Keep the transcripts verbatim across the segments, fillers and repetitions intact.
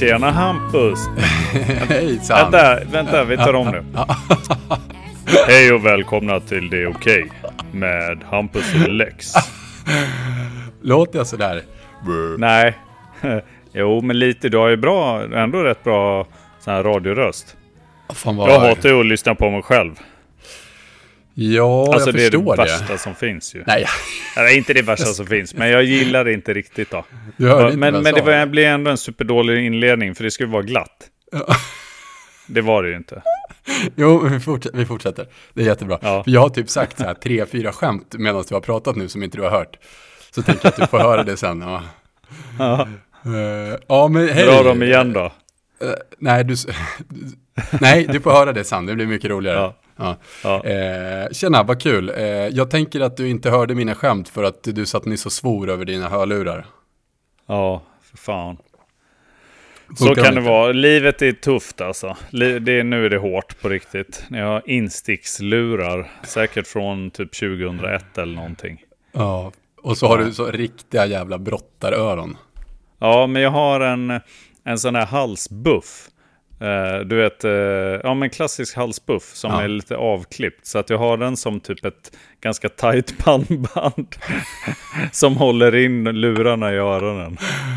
Tjena Hampus. Hejsan. Vänta, vänta, vi tar om nu. Hej och välkomna till Det är okej med Hampus och Lex. Låter jag sådär? Nej. Jo, men lite, du har ju bra, ändå rätt bra sån här radioröst. Fan vad... Jag hatar ju att lyssna på mig själv. Ja, alltså jag det är förstår det det. värsta som finns ju. Nej. Nej, inte det värsta som finns, men jag gillar det inte riktigt då. Du hörde inte men vad men jag det sa. var, blir ändå en superdålig inledning, för det skulle vara glatt. Ja. Det var det ju inte. Jo, vi fortsätter, vi fortsätter. Det är jättebra. Ja. För jag har typ sagt så här tre, fyra skämt medan du har pratat nu som inte du har hört. Så tänker jag att du får höra det sen. Ja, Ja. uh, ja men hej. Dra dem igen då. Uh, nej, du, nej, du får höra det sen. Det blir mycket roligare. Ja. Ja. Ja. Eh, tjena, vad kul. Eh, jag tänker att du inte hörde mina skämt för att du satt nyss och svor över dina hörlurar. Ja, för fan. Funkar Så kan inte. det vara. Livet är tufft alltså. Li- det är, nu är det hårt på riktigt. Jag har instickslurar. Säkert från typ tjugohundraett eller någonting. Ja, och så har du så riktiga jävla brottaröron. Ja, men jag har en, en sån här halsbuff. Uh, du vet, uh, ja men klassisk halsbuff som Ja. är lite avklippt. Så att jag har den som typ ett ganska tajt pannband. Som håller in lurarna i öronen.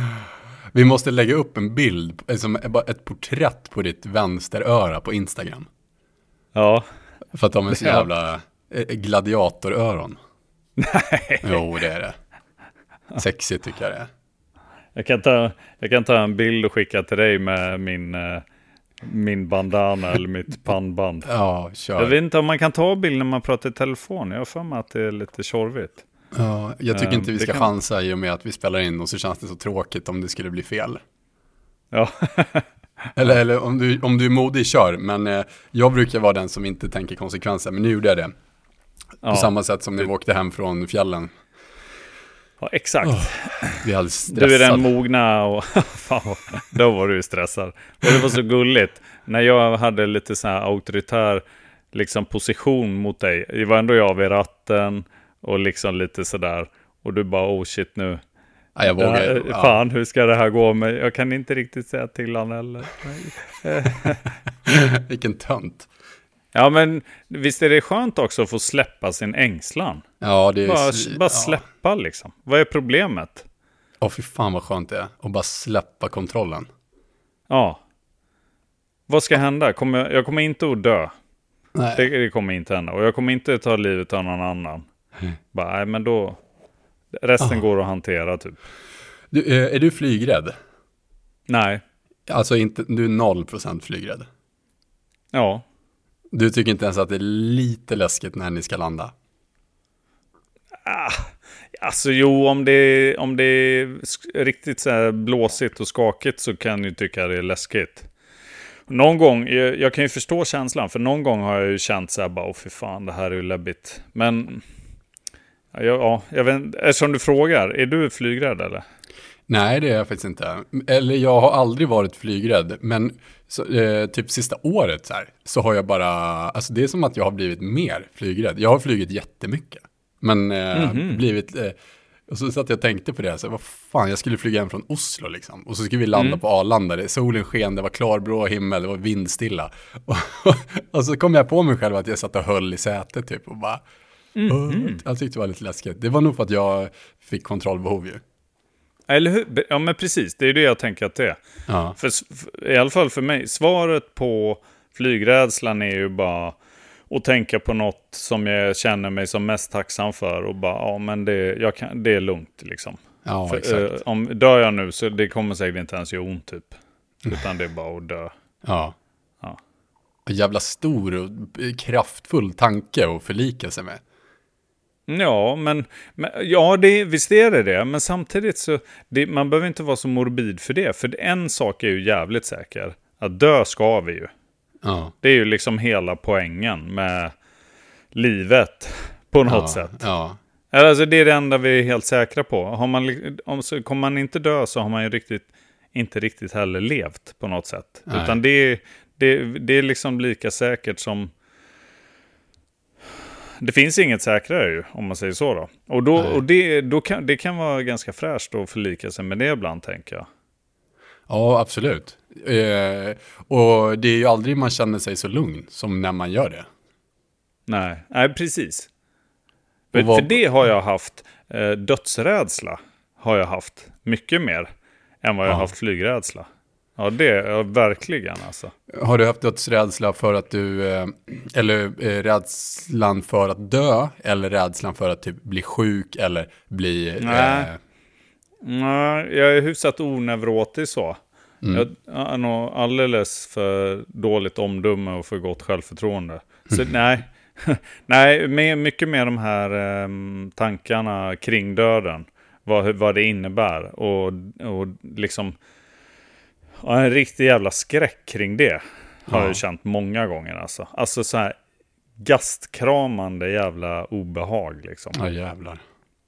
Vi måste lägga upp en bild, som ett porträtt på ditt vänsteröra på Instagram. Ja. För att de är så Ja. jävla eh, gladiatoröron. Nej. Jo, det är det. Sexigt tycker jag det är. Jag kan ta, jag kan ta en bild och skicka till dig med min, eh, min bandana eller mitt pannband. Ja, kör. Jag vet inte om man kan ta bild när man pratar i telefon. Jag har för mig att det är lite tjorvigt. Ja, jag tycker Um, inte vi det ska kan- chansa i och med att vi spelar in och så känns det så tråkigt om det skulle bli fel. Ja. Eller, eller om, du, om du är modig, kör. Men eh, jag brukar vara den som inte tänker konsekvenser. Men nu gjorde jag det. Ja. På samma sätt som när vi åkte hem från fjällen. Ja, exakt. Oh, vi är alldeles stressade. Du är den mogna och fan, vad- då var du stressad. Och det var så gulligt. När jag hade lite så här auktoritär liksom position mot dig. Det var ändå jag vid ratten och liksom lite sådär. Och du bara, oh shit nu. Ja, jag vågar. Ja, Ja. fan, hur ska det här gå? Men jag kan inte riktigt säga till han eller. Vilken tönt. Ja, men visst är det skönt också att få släppa sin ängslan. Ja, det är... Bara, svi- bara ja. släppa liksom. Vad är problemet? Åh, fy fan vad skönt det är. Och bara släppa kontrollen. Ja. Vad ska hända? Kommer jag, jag kommer inte att dö. Nej. Det, det kommer inte hända. Och jag kommer inte ta livet av någon annan. Mm. Bara, nej men då... Resten Ah. går att hantera typ. Du, eh, är du flygrädd? Nej. Alltså inte, du är noll procent flygrädd. Ja. Du tycker inte ens att det är lite läskigt när ni ska landa? Ah. Alltså jo, om det, om det är sk- riktigt så här blåsigt och skakigt så kan jag ju tycka det är läskigt. Någon gång, jag, jag kan ju förstå känslan. För någon gång har jag ju känt så här bara, åh fy fan, det här är ju läbbigt. Men... Ja, ja, jag vet, eftersom du frågar, är du flygrädd eller? Nej, det är jag faktiskt inte. Eller jag har aldrig varit flygrädd. Men så, eh, typ sista året så här, så har jag bara... Alltså det är som att jag har blivit mer flygrädd. Jag har flugit jättemycket. Men eh, Mhm. blivit... Eh, och så satt jag och tänkte på det. Så, vad fan, jag skulle flyga hem från Oslo liksom. Och så skulle vi landa Mm. på Arlanda. Det, solen sken, det var klarblå himmel, det var vindstilla. Och, och så kom jag på mig själv att jag satt och höll i sätet typ. Och bara... Mhm. Jag tyckte det var lite läskigt. Det var nog för att jag fick kontrollbehov ju. Eller hur? Ja men precis, det är det jag tänker att det är. Ja. För, för, i alla fall för mig, svaret på flygrädslan är ju bara att tänka på något som jag känner mig som mest tacksam för. Och bara, ja men det, jag kan, det är lugnt liksom. Ja, För, exakt. eh, om dör jag nu så det kommer säkert inte ens göra ont typ. Utan det är bara att dö. Ja. Ja. En jävla stor och kraftfull tanke att förlika sig med. Ja, men, men ja, det, visst är det det. Men samtidigt så, det, man behöver inte vara så morbid för det. För en sak är ju jävligt säker. Att dö ska vi ju. Ja. Det är ju liksom hela poängen med livet på något Ja. sätt. Ja. Alltså det är det enda vi är helt säkra på. Har man, li- om, så, kommer man inte dö så har man ju riktigt, inte riktigt heller levt på något sätt. Nej. Utan det är, det, det är liksom lika säkert som... Det finns inget säkrare ju, om man säger så då. Och, då, Nej. och det, då kan, det kan vara ganska fräscht att förlika sig med det ibland, tänker jag. Ja, absolut. Eh, och det är ju aldrig man känner sig så lugn som när man gör det. Nej, nej precis. För, vad... för det har jag haft, eh, dödsrädsla har jag haft mycket mer än vad jag ja. har haft flygrädsla. Ja, det är verkligen alltså. Har du haft dödsrädsla för att du, eh, eller eh, rädslan för att dö, eller rädslan för att typ bli sjuk eller bli... Nej, eh... Nej jag är hyfsat onevrotisk så. Mm. Jag har nog alldeles för dåligt omdöme och för gott självförtroende. Så nej, nej med, mycket mer de här eh, tankarna kring döden. Vad, vad det innebär. Och, och liksom ja, en riktig jävla skräck kring det har Ja. jag känt många gånger. Alltså, alltså så här gastkramande jävla obehag liksom. Ja, jävlar.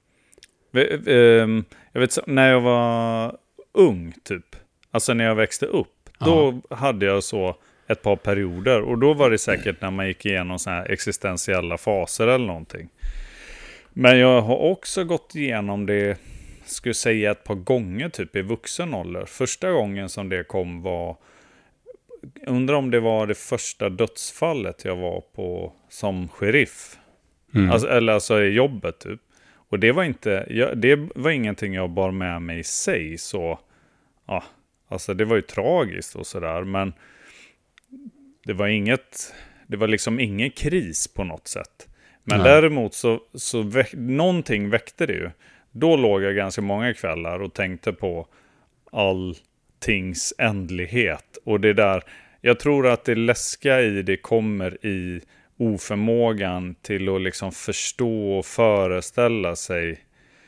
Jag vet när jag var ung typ. Alltså när jag växte upp. Då ja. hade jag så ett par perioder. Och då var det säkert när man gick igenom så här existentiella faser eller någonting. Men jag har också gått igenom det, skulle säga ett par gånger typ i vuxen ålder. Första gången som det kom var, undrar om det var det första dödsfallet jag var på som sheriff. Mm. Alltså, eller alltså i jobbet typ. Och det var inte, jag, det var ingenting jag bar med mig i sig så, ja, alltså det var ju tragiskt och sådär, men det var inget, det var liksom ingen kris på något sätt. Men Nej. däremot så, så väck, någonting väckte det ju. Då låg jag ganska många kvällar och tänkte på alltings ändlighet. Och det där, jag tror att det läskiga i det kommer i oförmågan till att liksom förstå och föreställa sig.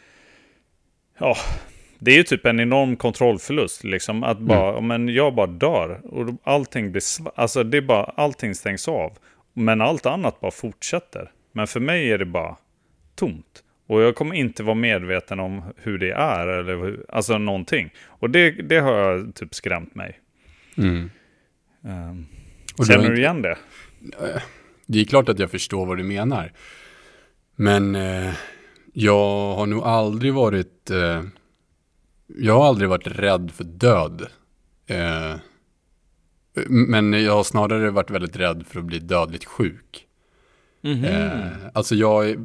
Ja, det är ju typ en enorm kontrollförlust liksom, att bara, mm. men jag bara dör och allting blir sv- alltså det är bara, allting stängs av, men allt annat bara fortsätter. Men för mig är det bara tomt. Och jag kommer inte vara medveten om hur det är. Eller hur, alltså någonting. Och det, det har jag typ skrämt mig. Mm. Um, känner du, du igen det? Det är klart att jag förstår vad du menar. Men eh, jag har nog aldrig varit... Eh, jag har aldrig varit rädd för död. Eh, men jag har snarare varit väldigt rädd för att bli dödligt sjuk. Mm-hmm. Eh, alltså jag...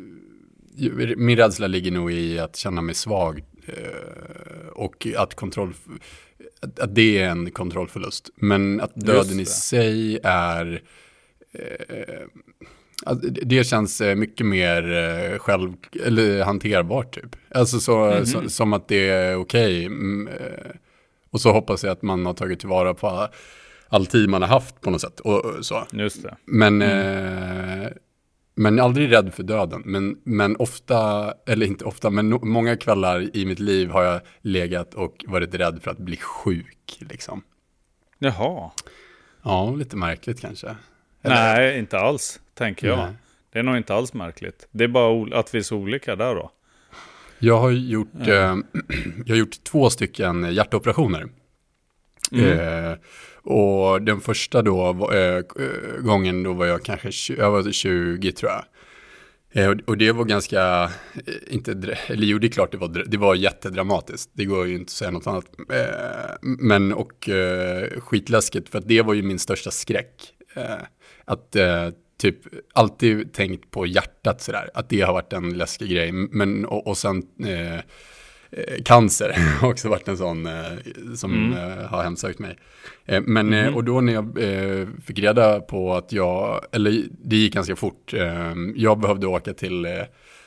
Min rädsla ligger nog i att känna mig svag eh, och att, kontroll, att, att det är en kontrollförlust. Men att döden i sig är... Eh, att det känns mycket mer eh, själv, eller hanterbart typ. Alltså så, mm-hmm. så, som att det är okej. Okay. Och så hoppas jag att man har tagit tillvara på all, all tid man har haft på något sätt. Och, och så. Just det. Men... Mm. Eh, Men aldrig rädd för döden. Men, men ofta, eller inte ofta, men no, många kvällar i mitt liv har jag legat och varit rädd för att bli sjuk. Liksom. Jaha. Ja, lite märkligt kanske. Eller? Nej, inte alls, tänker jag. Nej. Det är nog inte alls märkligt. Det är bara o- att vi är så olika där då. Jag har gjort, ja. eh, jag har gjort två stycken hjärtoperationer. Mm. Eh, och den första då var, eh, gången då var jag kanske tjugo, jag var tjugo tror jag. Eh, och, och det var ganska, eh, inte, eller jo det är klart det var, det var jättedramatiskt. Det går ju inte att säga något annat. Eh, men och eh, skitläskigt för att det var ju min största skräck. Eh, att eh, typ alltid tänkt på hjärtat sådär. Att det har varit en läskig grej. Men och, och sen... Eh, cancer har också varit en sån eh, som mm. eh, har hemsökt mig. Eh, men mm. eh, och då när jag eh, fick reda på att jag, eller det gick ganska fort, eh, jag behövde åka till eh,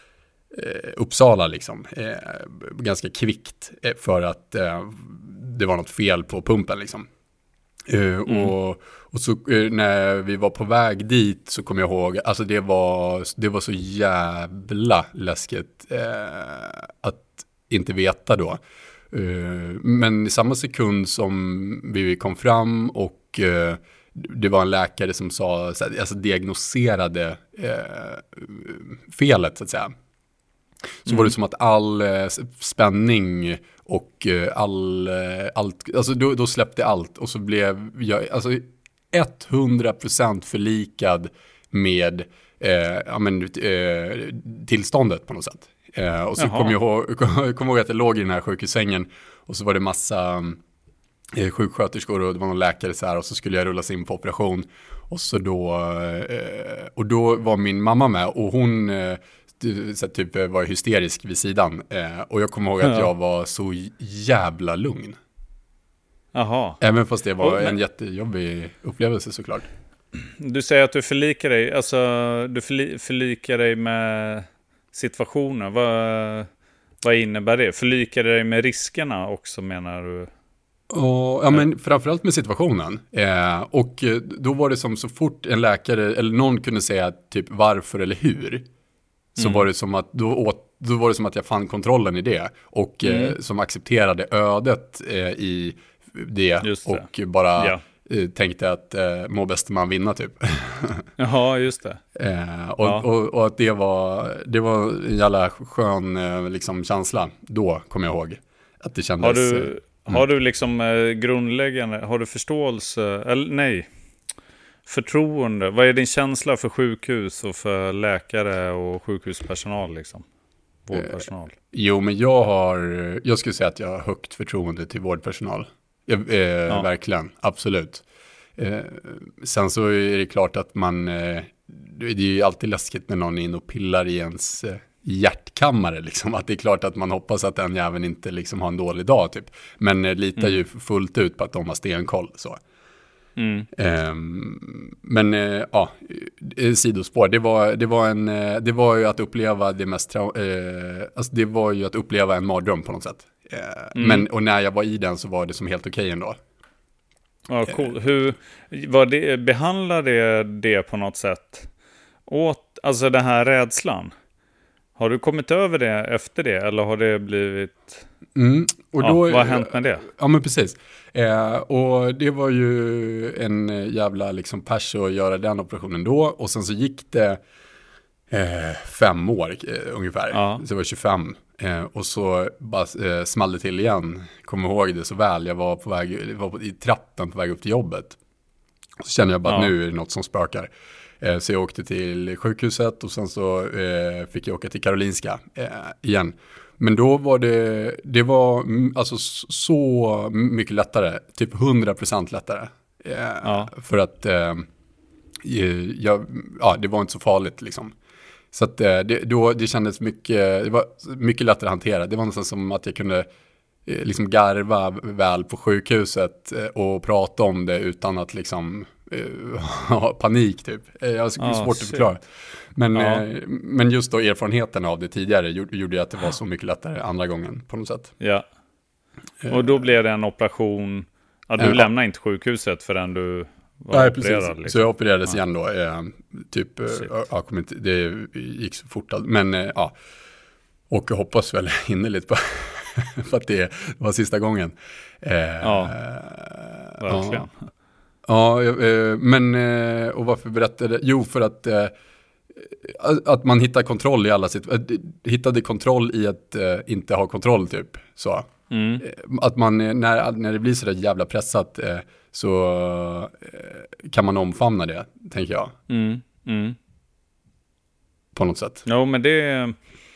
Uppsala liksom, eh, ganska kvickt eh, för att eh, det var något fel på pumpen liksom. Eh, mm. och, och så eh, när vi var på väg dit så kom jag ihåg, alltså det var, det var så jävla läskigt eh, att inte veta då. Uh, men i samma sekund som vi kom fram och uh, det var en läkare som sa, alltså diagnoserade uh, felet så att säga. Så mm. var det som att all uh, spänning och uh, all, uh, allt, alltså då, då släppte allt och så blev jag alltså hundra procent förlikad med uh, ja, men, uh, tillståndet på något sätt. Uh, och så kom jag, ihåg, kom jag ihåg att jag låg i den här sjukhussängen och så var det massa eh, sjuksköterskor och det var någon läkare så här, och så skulle jag rullas in på operation. Och så då, eh, och då var min mamma med och hon eh, så typ var hysterisk vid sidan. Eh, och jag kommer ihåg att jag var så jävla lugn. Jaha. Även fast det var och, en men, jättejobbig upplevelse såklart. Du säger att du förlikar dig, alltså du förli, förlikar dig med situationen. Vad, vad innebär det? Förlikar dig med riskerna också, menar du? Och, ja, men framförallt med situationen. Eh, och då var det som så fort en läkare eller någon kunde säga typ varför eller hur, så mm. var det som att då, åt, då var det som att jag fann kontrollen i det och mm. eh, som accepterade ödet eh, i det, det och bara ja. eh, tänkte att eh, må bäst man vinna typ. Jaha, just det. Eh, och, ja. och, och att det var det var en jävla skön eh, liksom känsla. Då kommer jag ihåg att det kändes. Har du Mm. Har du liksom eh, grundläggande, har du förståelse, eller nej, förtroende? Vad är din känsla för sjukhus och för läkare och sjukhuspersonal liksom? Vårdpersonal. Eh, jo, men jag har, jag skulle säga att jag har högt förtroende till vårdpersonal. Jag, eh, ja. Verkligen, absolut. Eh, sen så är det klart att man, eh, det är ju alltid läskigt när någon är in och pillar i ens eh, hjärtkammare liksom, att det är klart att man hoppas att den jäveln inte liksom har en dålig dag typ, men eh, litar mm. ju fullt ut på att de har stenkoll så. Mm. Um, men uh, ja, sidospår, det var, det var en uh, det var ju att uppleva det mest uh, alltså det var ju att uppleva en mardröm på något sätt. Uh, mm. Men och när jag var i den så var det som helt okej ändå. Ja, cool. Hur var det, behandlade det på något sätt åt, alltså den här rädslan? Har du kommit över det efter det? Eller har det blivit... Mm, och ja, då, vad har hänt med det? Ja, men precis. Eh, och det var ju en jävla liksom pers att göra den operationen då. Och sen så gick det eh, fem år eh, ungefär. Ja. Så det var tjugofem. Eh, och så bara eh, small det till igen. Kommer ihåg det så väl. Jag var, på väg, var på, i trappen på väg upp till jobbet. Så kände jag bara ja. att nu är det något som spökar. Så jag åkte till sjukhuset och sen så eh, fick jag åka till Karolinska eh, igen. Men då var det, det var alltså så mycket lättare, typ hundra procent lättare. Eh, ja. För att eh, jag, ja, det var inte så farligt liksom. Så att eh, det, då, det kändes mycket, det var mycket lättare att hantera. Det var nästan som att jag kunde eh, liksom garva väl på sjukhuset eh, och prata om det utan att liksom... Uh, panik typ. Jag har ah, svårt shit. att förklara. Men, ja. eh, men just då erfarenheten av det tidigare gjorde, gjorde att det var så mycket lättare andra gången på något sätt. Ja. Och då blev det en operation. Ja, du uh, lämnade inte sjukhuset förrän du var nej, opererad. Precis. Liksom. Så jag opererades ja. igen då. Eh, typ, eh, jag kommer inte, det gick så fort. Men eh, ja. Och jag hoppas väl innerligt på för att det var sista gången. Eh, ja, verkligen. Ja. Ja, men och varför berättade? Jo, för att att man hittar kontroll i alla sitt hittade kontroll i att inte ha kontroll typ så. Mm. Att man när när det blir så där jävla pressat så kan man omfamna det, tänker jag. Mm. Mm. På något sätt. Ja, men det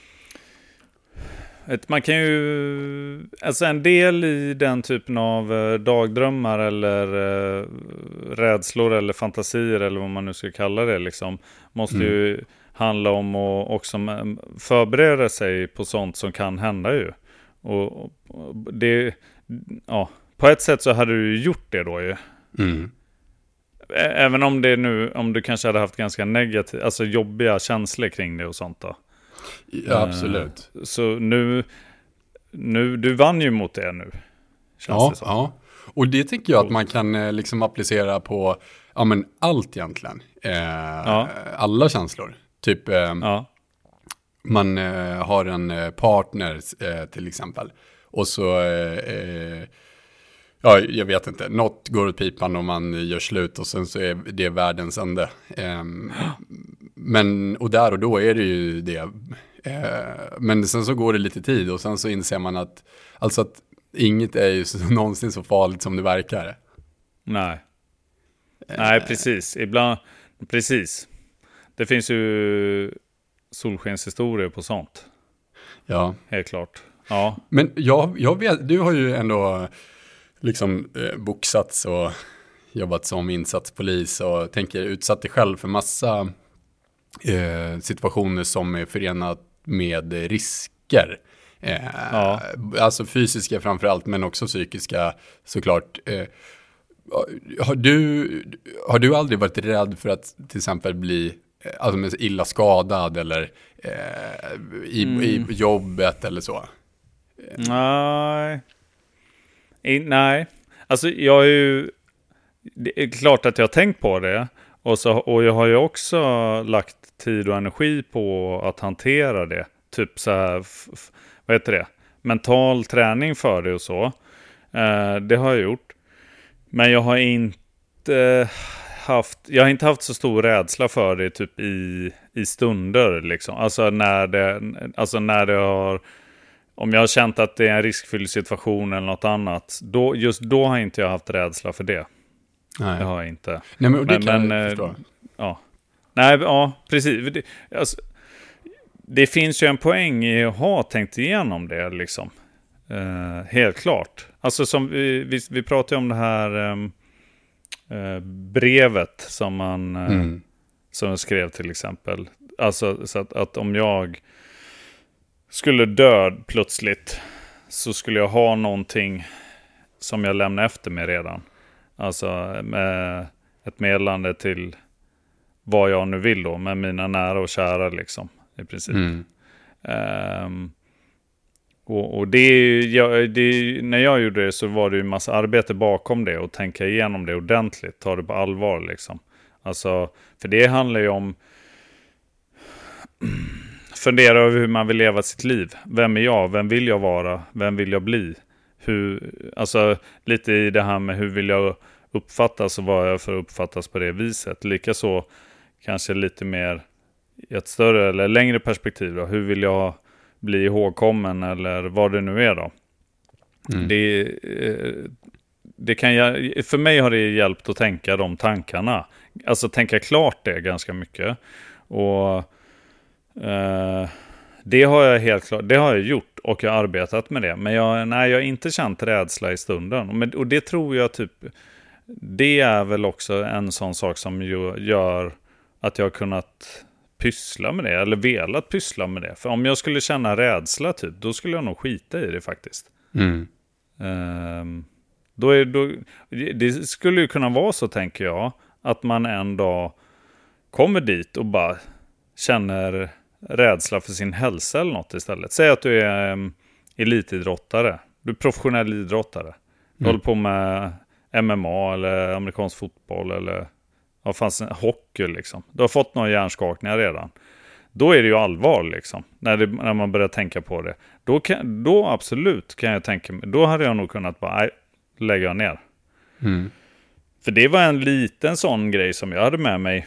man kan ju, alltså en del i den typen av eh, dagdrömmar eller eh, rädslor eller fantasier eller vad man nu ska kalla det liksom, måste mm. ju handla om att också förbereda sig på sånt som kan hända ju. Och, och det, ja, på ett sätt så hade du gjort det då ju. Mm. Även om det nu, om du kanske hade haft ganska negativa, alltså jobbiga känslor kring det och sånt då. Ja, absolut. Uh, så nu, nu, du vann ju mot det nu. Ja, det ja. Och det tycker jag att man kan liksom applicera på ja, men allt egentligen. Eh, ja. Alla känslor. Typ eh, ja. man eh, har en partner eh, till exempel. Och så, eh, ja, jag vet inte, något går åt pipan och man gör slut och sen så är det världens ände. Eh, men, och där och då är det ju det. Eh, men sen så går det lite tid och sen så inser man att, alltså att inget är ju så, någonsin så farligt som det verkar. Nej. Nej, precis. Ibland, precis. Det finns ju solskenshistorier på sånt. Ja. Helt klart. Ja. Men jag, jag vet, du har ju ändå liksom eh, boxats och jobbat som insatspolis och tänker utsatt dig själv för massa eh, situationer som är förenat med risker. Eh, Ja. Alltså fysiska framförallt, men också psykiska såklart. Eh, har, du, har du aldrig varit rädd för att till exempel bli eh, alltså, illa skadad eller eh, i, mm. i jobbet eller så? Nej. I, nej. Alltså jag är ju... Det är klart att jag har tänkt på det. Och, så, och jag har ju också lagt tid och energi på att hantera det. Typ så här... F, f, vad heter det? Mental träning för det och så. Eh, det har jag gjort. Men jag har inte haft... Jag har inte haft så stor rädsla för det typ i, i stunder liksom. Alltså när det... Alltså när det har... Om jag har känt att det är en riskfylld situation eller något annat. Då, just då har inte jag haft rädsla för det. Nej. Det har jag inte. Nej, men det men, kan men, jag förstå. Ja. Nej, ja, precis. Det, alltså, det finns ju en poäng i att ha tänkt igenom det, liksom. Uh, helt klart. Alltså, som vi, vi, vi pratade om det här um, uh, brevet som man uh, mm. som skrev till exempel. Alltså, så att, att om jag skulle dö plötsligt så skulle jag ha någonting som jag lämnar efter mig redan. Alltså med ett meddelande till vad jag nu vill då, med mina nära och kära liksom, i princip. Mm. Um, och, och det, jag, det, när jag gjorde det så var det ju en massa arbete bakom det och tänka igenom det ordentligt, ta det på allvar liksom. Alltså, för det handlar ju om fundera över hur man vill leva sitt liv. Vem är jag? Vem vill jag vara? Vem vill jag bli? Hur, alltså lite i det här med hur vill jag uppfattas och vad jag för uppfattas på det viset. Likaså kanske lite mer i ett större eller längre perspektiv då. Hur vill jag bli ihågkommen eller vad det nu är då. Mm. Det, det kan jag, för mig har det hjälpt att tänka de tankarna. Alltså tänka klart det ganska mycket. Och Uh, det har jag helt klart, det har jag gjort och jag har arbetat med det. Men jag, nej, jag har inte känt rädsla i stunden. Men, och det tror jag typ, det är väl också en sån sak som ju, gör att jag har kunnat pyssla med det. Eller velat pyssla med det. För om jag skulle känna rädsla typ, då skulle jag nog skita i det faktiskt. Mm. Uh, då är, då, det skulle ju kunna vara så, tänker jag, att man en dag kommer dit och bara känner rädsla för sin hälsa eller något istället. Säg att du är um, elitidrottare. Du är professionell idrottare. Du mm. håller på med M M A eller amerikansk fotboll eller ja, fanns hockey liksom. Du har fått några hjärnskakningar redan. Då är det ju allvar liksom. När, det, när man börjar tänka på det. Då, kan, då absolut kan jag tänka mig. Då hade jag nog kunnat bara nej, lägga ner. Mm. För det var en liten sån grej som jag hade med mig.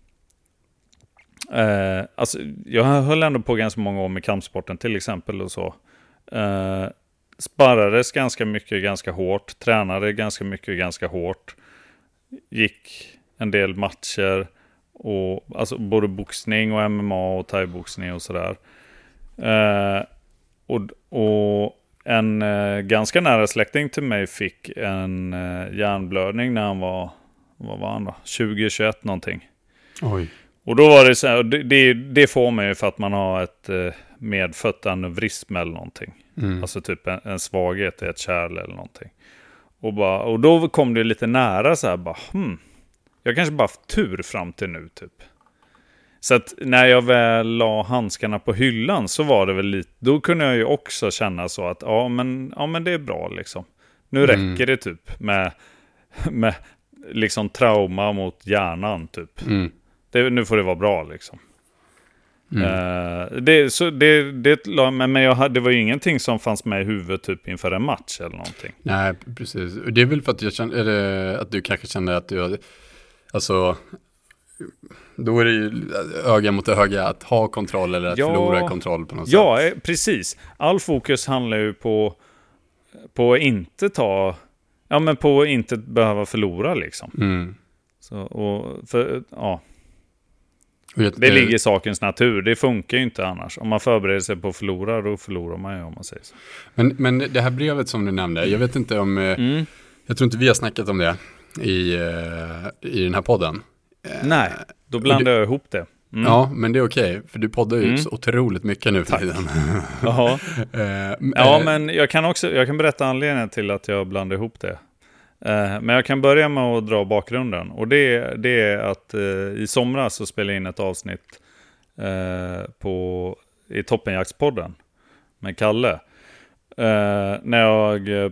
Uh, alltså, jag höll ändå på ganska många år med kampsporten till exempel och så. Uh, sparrades ganska mycket, ganska hårt. Tränade ganska mycket, ganska hårt. Gick en del matcher. Och, alltså både boxning och M M A och thai-boxning och sådär. Uh, och, och en uh, ganska nära släkting till mig fick en uh, hjärnblödning när han var, vad var han då? tjugo tjugoett någonting. Oj. Och då var det så här, det, det får man ju för att man har ett eh, medfött aneurysm eller någonting. Mm. Alltså typ en, en svaghet i ett kärl eller någonting. Och, bara, och då kom det lite nära så här, bara, hmm, jag kanske bara haft tur fram till nu typ. Så att när jag väl la handskarna på hyllan så var det väl lite, då kunde jag ju också känna så att ja men, ja, men det är bra liksom. Nu mm. räcker det typ med, med liksom trauma mot hjärnan typ. Mm. Det, nu får det vara bra liksom. Mm. Uh, det, så det, det, men jag hade, det var ju ingenting som fanns med i huvudet typ inför en match eller någonting. Nej, precis. Det är väl för att jag känner, är det, att du kanske känner att du, alltså, då är det ju öga mot öga att ha kontroll eller att ja, förlora kontroll på något ja, sätt. Ja, precis. All fokus handlar ju på på att inte ta, ja men på att inte behöva förlora liksom. Mm. Så, och för, ja. Vet, det ligger i sakens natur. Det funkar ju inte annars. Om man förbereder sig på att förlora, då förlorar man ju om man säger så. Men, men det här brevet som du nämnde, jag vet inte om... Mm. Jag tror inte vi har snackat om det i, uh, i den här podden. Nej, då blandar jag ihop det. Mm. Ja, men det är okej, för du poddar ju mm. så otroligt mycket nu för Tack. tiden. Jaha. Ja, men jag kan också jag kan berätta anledningen till att jag blandar ihop det. Men jag kan börja med att dra bakgrunden. Och det, det är att i somras så spelade jag in ett avsnitt på, i Toppenjaktspodden med Kalle. När jag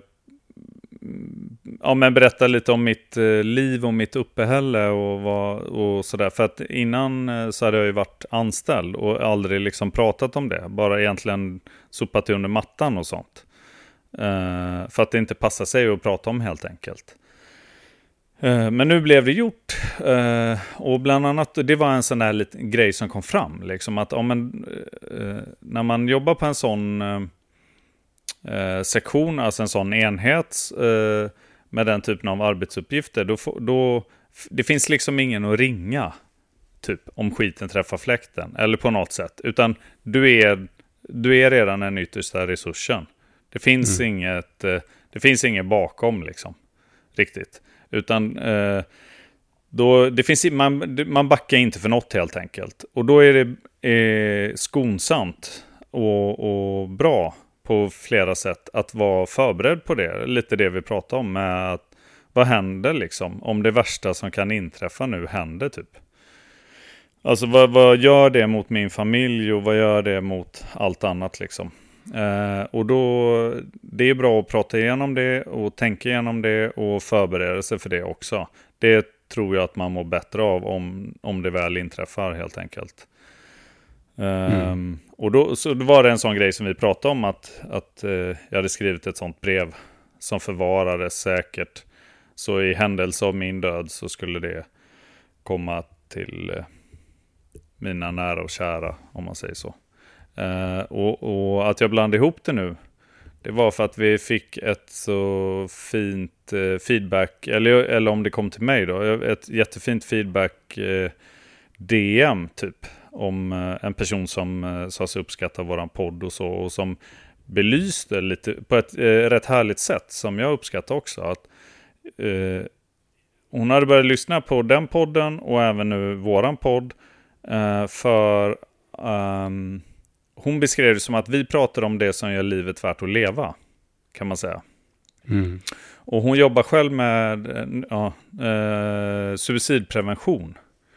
ja, men berätta lite om mitt eh, liv och mitt uppehälle och, vad, och sådär. För att innan eh, så hade jag ju varit anställd och aldrig liksom pratat om det. Bara egentligen sopat under mattan och sånt. Eh, för att det inte passar sig att prata om helt enkelt. Eh, men nu blev det gjort. Eh, och bland annat, det var en sån där liten grej som kom fram. Liksom att om en, eh, när man jobbar på en sån... Eh, Eh, sektion, alltså en sån enhet eh, med den typen av arbetsuppgifter, då, då det finns liksom ingen att ringa typ om skiten träffar fläkten eller på något sätt, utan du är du är redan den yttersta resursen. Det finns mm. inget eh, det finns inget bakom liksom riktigt, utan eh, då det finns man man backar inte för något helt enkelt, och då är det eh, skonsamt och, och bra på flera sätt att vara förberedd på det. Lite det vi pratar om med att vad händer liksom om det värsta som kan inträffa nu händer typ. Alltså vad, vad gör det mot min familj och vad gör det mot allt annat liksom. Eh, och då det är bra att prata igenom det och tänka igenom det och förbereda sig för det också. Det tror jag att man mår bättre av om, om det väl inträffar helt enkelt. Mm. Um, och då, så då var det en sån grej som vi pratade om att, att uh, jag hade skrivit ett sånt brev som förvarades säkert, så i händelse av min död så skulle det komma till uh, mina nära och kära, om man säger så. Uh, och, och att jag blandade ihop det nu, det var för att vi fick ett så fint uh, feedback, eller, eller om det kom till mig då, ett jättefint feedback uh, D M typ, om en person som sa sig uppskatta våran podd och så, och som belyste lite på ett eh, rätt härligt sätt som jag uppskattar också, att eh, hon hade börjat lyssna på den podden och även nu våran podd eh, för um, hon beskrev det som att vi pratar om det som gör livet värt att leva, kan man säga. Mm. Och hon jobbar själv med ja, eh, suicidprevention.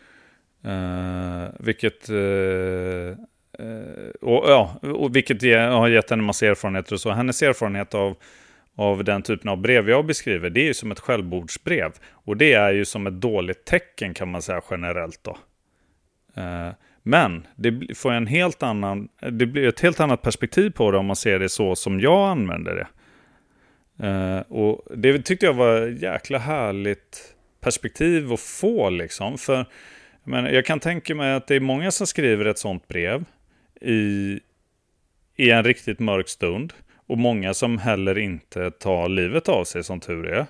Uh, vilket uh, uh, och, ja, och vilket ge, har gett henne en massa erfarenheter och så. Hennes erfarenhet av, av den typen av brev jag beskriver, det är ju som ett självmordsbrev, och det är ju som ett dåligt tecken, kan man säga generellt då. Uh, men det får en helt annan, det blir ett helt annat perspektiv på det om man ser det så som jag använder det. Uh, och det tyckte jag var jäkla härligt perspektiv att få liksom, för men jag kan tänka mig att det är många som skriver ett sånt brev i, i en riktigt mörk stund. Och många som heller inte tar livet av sig, som tur är.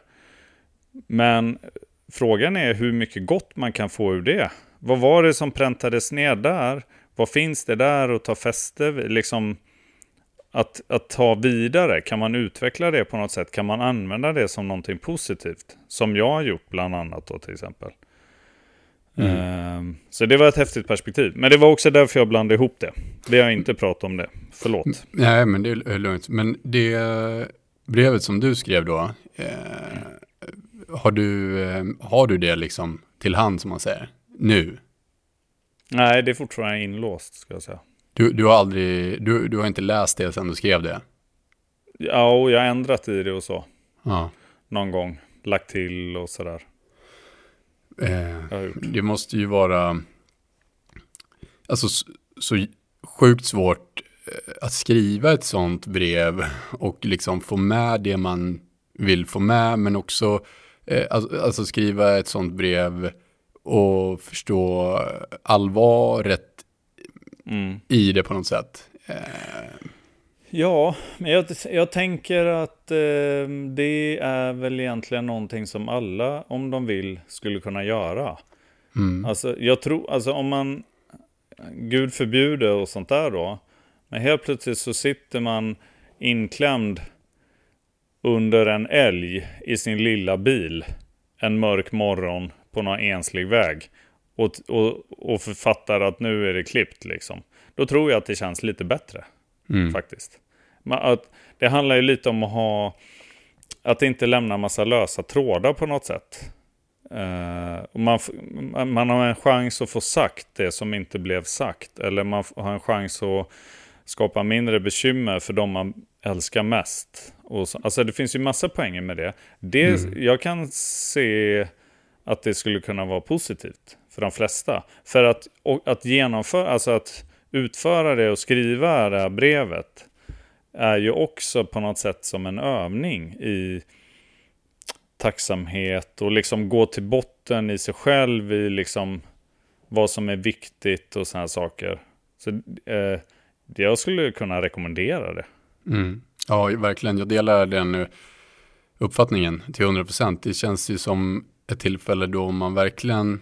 Men frågan är hur mycket gott man kan få ur det. Vad var det som präntades ner där? Vad finns det där att ta fäste? Liksom att, att ta vidare. Kan man utveckla det på något sätt? Kan man använda det som någonting positivt? Som jag har gjort bland annat då till exempel. Mm. Så det var ett häftigt perspektiv. Men det var också därför jag blandade ihop det. Vi har inte pratat om det. Förlåt. Nej, men det är lugnt. Men det brevet som du skrev då, eh, har, du, eh, har du det liksom till hand, som man säger, nu? Nej, det är fortfarande inlåst, ska jag säga. Du, du har aldrig, du, du har inte läst det sedan du skrev det? Ja, och jag har ändrat i det och så. Ja. Någon gång. Lagt till och sådär. Eh, det måste ju vara alltså så, så sjukt svårt eh, att skriva ett sånt brev och liksom få med det man vill få med, men också eh, alltså, alltså skriva ett sånt brev och förstå allvaret mm. i det på något sätt. Eh. Ja, men jag, jag tänker att eh, det är väl egentligen någonting som alla, om de vill, skulle kunna göra. Mm. Alltså, jag tror, alltså om man, Gud förbjuder och sånt där då, men helt plötsligt så sitter man inklämd under en älg i sin lilla bil en mörk morgon på någon enslig väg och, och, och författar att nu är det klippt liksom. Då tror jag att det känns lite bättre mm. faktiskt. Men att, det handlar ju lite om att ha att inte lämna massa lösa trådar på något sätt. Uh, och man, man har en chans att få sagt det som inte blev sagt. Eller man har en chans att skapa mindre bekymmer för de man älskar mest. Och så, alltså det finns ju massa poänger med det. det mm. Jag kan se att det skulle kunna vara positivt för de flesta. För att, och, att genomföra, alltså att utföra det och skriva det här brevet är ju också på något sätt som en övning i tacksamhet och liksom gå till botten i sig själv i liksom vad som är viktigt och såna här saker. Så eh, jag skulle kunna rekommendera det. Mm. Ja, verkligen. Jag delar den uppfattningen till hundra procent. Det känns ju som ett tillfälle då man verkligen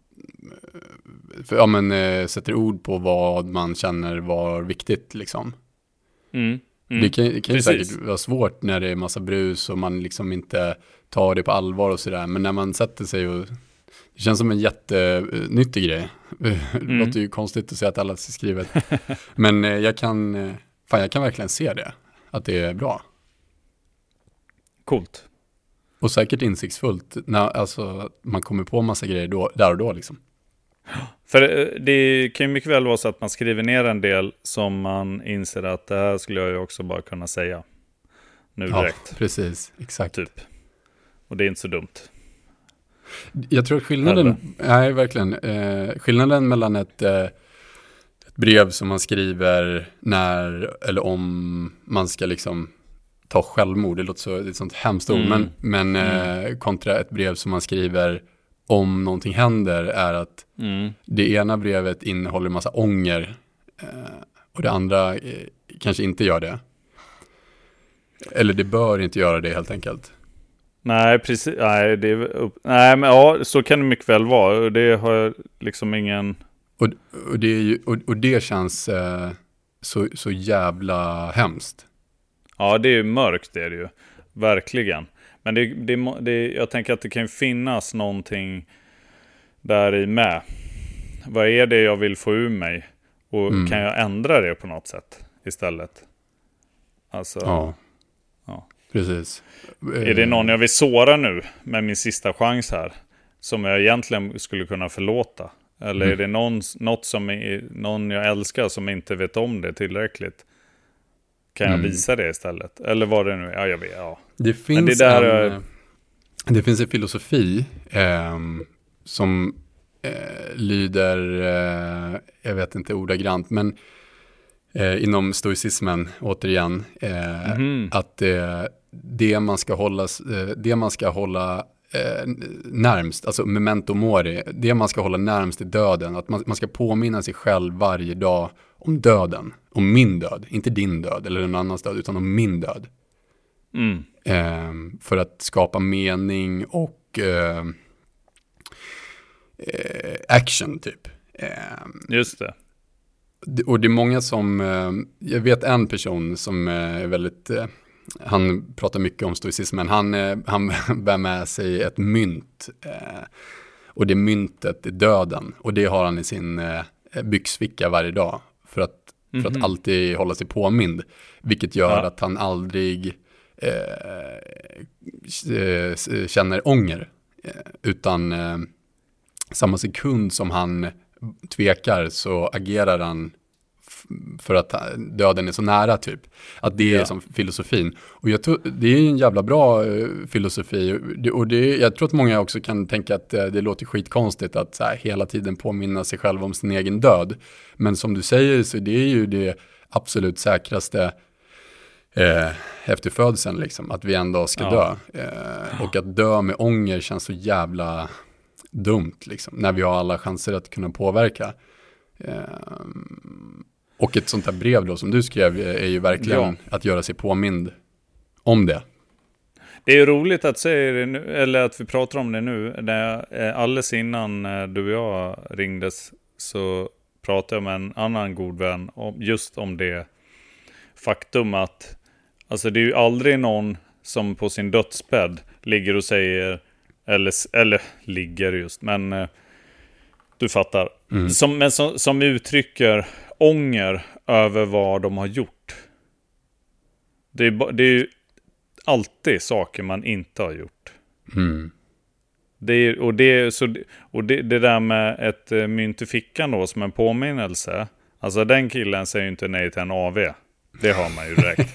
för, ja, men, eh, sätter ord på vad man känner var viktigt liksom. Mm. Mm. Det kan, det kan ju säkert vara svårt när det är massa brus och man liksom inte tar det på allvar och sådär. Men när man sätter sig och det känns som en jättenyttig grej. Det mm. låter ju konstigt att säga att alla ska skriva. Men eh, jag kan eh, fan, jag kan verkligen se det. Att det är bra. Coolt. Och säkert insiktsfullt när alltså, man kommer på massa grejer då, där och då liksom. För det kan ju mycket väl vara så att man skriver ner en del som man inser att det här skulle jag ju också bara kunna säga nu direkt. Ja, precis. Exakt. Typ. Och det är inte så dumt. Jag tror att skillnaden, nej verkligen, eh, skillnaden mellan ett, eh, ett brev som man skriver när eller om man ska liksom ta självmord, det låter så, det är ett sånt hemskt ord, mm. men, men mm. eh, kontra ett brev som man skriver om någonting händer är att mm. det ena brevet innehåller en massa ånger eh, och det andra eh, kanske inte gör det. Eller det bör inte göra det helt enkelt. Nej, precis. Nej, det är upp... Nej, men ja, så kan det mycket väl vara. Och det har jag liksom ingen... Och, och, det, är ju, och, och det känns eh, så, så jävla hemskt. Ja, det är ju mörkt, det är det ju. Verkligen. Men det, det, det, jag tänker att det kan finnas någonting där i med. Vad är det jag vill få ur mig? Och mm. kan jag ändra det på något sätt istället? Alltså... Ja. Precis. Är det någon jag vill såra nu med min sista chans här som jag egentligen skulle kunna förlåta? Eller mm. är det någon, något som är, någon jag älskar som inte vet om det tillräckligt? Kan jag mm. visa det istället? Eller vad det nu är? Ja, jag vet. Ja. Det finns, det, där en, är... det finns en filosofi eh, som eh, lyder, eh, jag vet inte ordagrant, men eh, inom stoicismen återigen, eh, mm. att eh, det man ska hålla, det man ska hålla eh, närmst, alltså memento mori, det man ska hålla närmst i döden, att man, man ska påminna sig själv varje dag om döden, om min död, inte din död eller en annans död, utan om min död. Mm. Eh, för att skapa mening och eh, eh, action typ. Eh, Just det. Och det är många som, eh, jag vet en person som är väldigt... Eh, han pratar mycket om stoicismen. Han, han bär med sig ett mynt. Eh, och det myntet är döden. Och det har han i sin eh, byxficka varje dag. För att, mm-hmm. för att alltid hålla sig påmind. Vilket gör ja. att han aldrig eh, känner ånger. Eh, utan eh, samma sekund som han tvekar så agerar han för att döden är så nära typ. Att det är ja. som filosofin. Och jag tror, det är en jävla bra uh, filosofi. Och det, jag tror att många också kan tänka att uh, det låter skitkonstigt att så här, hela tiden påminna sig själv om sin egen död. Men som du säger så det är ju det absolut säkraste uh, efter födseln liksom. Att vi en dag ska ja. dö. Uh, och att dö med ånger känns så jävla dumt liksom. När vi har alla chanser att kunna påverka. Uh, Och ett sånt här brev då som du skrev är ju verkligen ja. att göra sig påmind om det. Det är roligt att säga det nu, eller att vi pratar om det nu. När jag, alldeles innan du och jag ringdes så pratade jag med en annan god vän om, just om det faktum att alltså det är ju aldrig någon som på sin dödsbädd ligger och säger, eller, eller ligger just, men eh, du fattar, mm. som, men som, som uttrycker ånger över vad de har gjort. Det är, det är ju alltid saker man inte har gjort. Mm. Det är, och det, så, och det, det där med ett uh, mynt i fickan då som en påminnelse. Alltså den killen säger ju inte nej till en A V. Det har man ju direkt.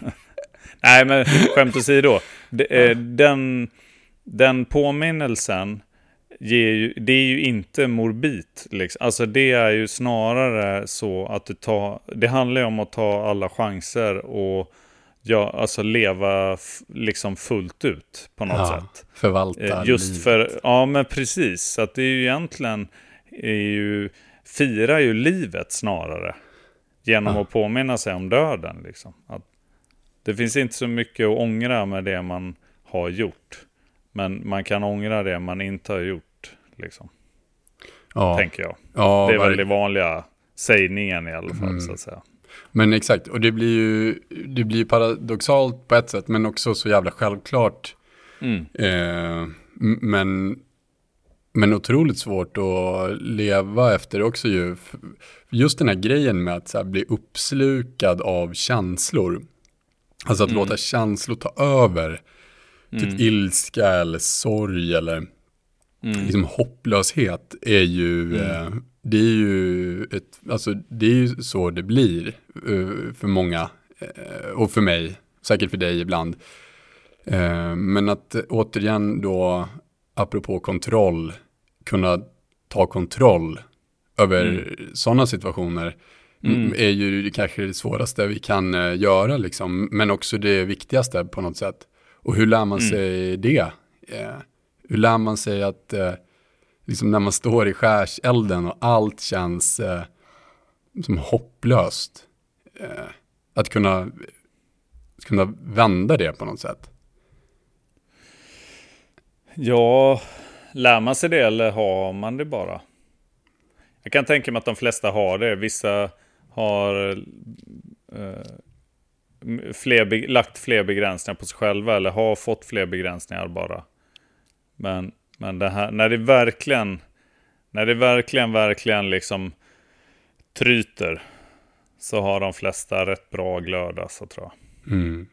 Nej, men skämt åsido. Det, eh, den, den påminnelsen ger ju, det är ju inte morbid. Liksom. Alltså det är ju snarare så att det, tar, det handlar ju om att ta alla chanser och ja, alltså leva f- liksom fullt ut på något ja, sätt. Förvalta Just livet. för, ja men precis. Så att det är ju egentligen är ju, firar ju livet snarare. Genom ja. att påminna sig om döden liksom. Att det finns inte så mycket att ångra med det man har gjort. Men man kan ångra det man inte har gjort liksom. Ja. Tänker jag. Ja, det är var... väl det vanliga sägningen i alla fall mm. så att säga. Men exakt, och det blir ju det blir paradoxalt på ett sätt, men också så jävla självklart. Mm. Eh, men, men otroligt svårt att leva efter också ju. Just den här grejen med att så här, bli uppslukad av känslor. Alltså att mm. låta känslor ta över. Mm. Typ ilska eller sorg eller mm. liksom hopplöshet är ju... Mm. Eh, Det är ju ett, alltså det är ju så det blir uh, för många uh, och för mig, säkert för dig ibland. Uh, men att uh, återigen då, apropå kontroll, kunna ta kontroll över mm. sådana situationer mm. är ju kanske det svåraste vi kan uh, göra liksom, men också det viktigaste på något sätt. Och hur lär man mm. sig det? Uh, hur lär man sig att... Uh, liksom när man står i skärselden och allt känns eh, som hopplöst. Eh, att kunna, kunna vända det på något sätt. Ja, lär man sig det eller har man det bara? Jag kan tänka mig att de flesta har det. Vissa har eh, fler, lagt fler begränsningar på sig själva eller har fått fler begränsningar bara. Men Men det här, när det verkligen när det verkligen, verkligen liksom tryter så har de flesta rätt bra glöd, alltså, tror jag. Mm.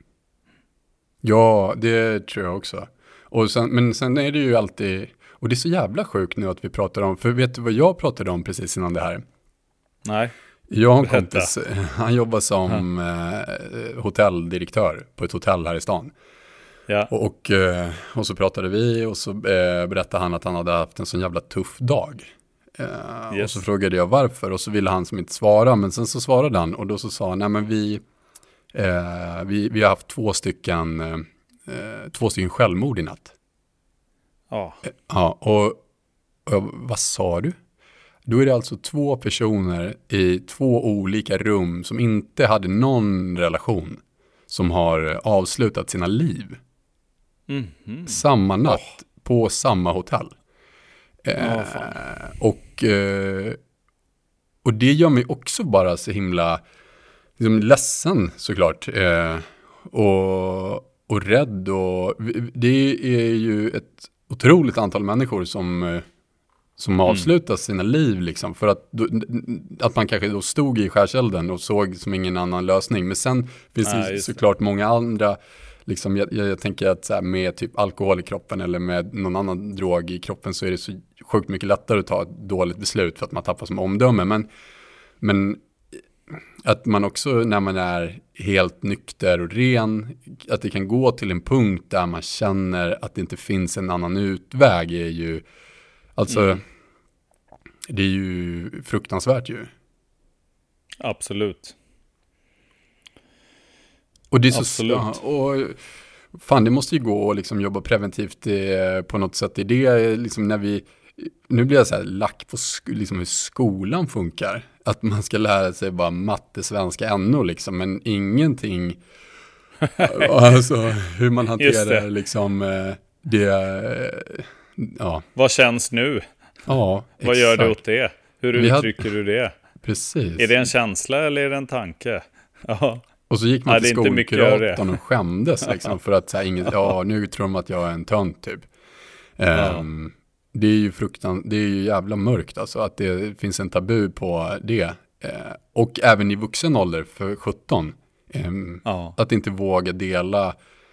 Ja, det tror jag också. Och sen, men sen är det ju alltid, och det är så jävla sjukt nu att vi pratar om, för vet du vad jag pratade om precis innan det här? Nej. Jag har en kompis, han jobbar som eh, hotelldirektör på ett hotell här i stan. Ja. Och, och, och så pratade vi och så eh, berättade han att han hade haft en sån jävla tuff dag. Eh, yes. Och så frågade jag varför och så ville han som inte svara, men sen så svarade han och då så sa han, nej men vi, eh, vi, vi har haft två stycken, eh, två stycken självmord i natt. Ja. Eh, ja, och, och vad sa du? Då är det alltså två personer i två olika rum som inte hade någon relation som har avslutat sina liv. Mm, mm. Samma natt oh. på samma hotell. Eh, oh, och, eh, och det gör mig också bara så himla liksom, ledsen såklart. Eh, och, och rädd. Och, det är ju ett otroligt antal människor som, som mm. avslutar sina liv. Liksom, för att, att man kanske då stod i skärselden och såg som ingen annan lösning. Men sen finns det ah, såklart det. många andra. Liksom, jag, jag, jag tänker att så här, med typ alkohol i kroppen eller med någon annan drog i kroppen så är det så sjukt mycket lättare att ta ett dåligt beslut för att man tappar som omdöme. Men, men att man också när man är helt nykter och ren, att det kan gå till en punkt där man känner att det inte finns en annan utväg är ju, alltså mm. det är ju fruktansvärt ju. Absolut. Och det är så, Absolut. Ja, och fan, det måste ju gå att liksom jobba preventivt eh, på något sätt. I det liksom när vi, nu blir jag så här lack på sk- liksom hur skolan funkar. Att man ska lära sig bara matte, svenska, N O liksom, men ingenting. Alltså hur man hanterar det. liksom eh, det. Eh, ja. Vad känns nu? Ja, Vad gör du åt det? Hur vi uttrycker had... du det? Precis. Är det en känsla eller är det en tanke? Ja. Och så gick man Ja, till det är inte mycket att göra det. skolkuratorn och skämdes liksom för att så här, inget, ja nu tror de att jag är en tönt typ. Ja. Um, det är ju fruktan, det är ju jävla mörkt alltså att det finns en tabu på det. Uh, och även i vuxen ålder för sjutton. Um, Ja. Att inte våga dela.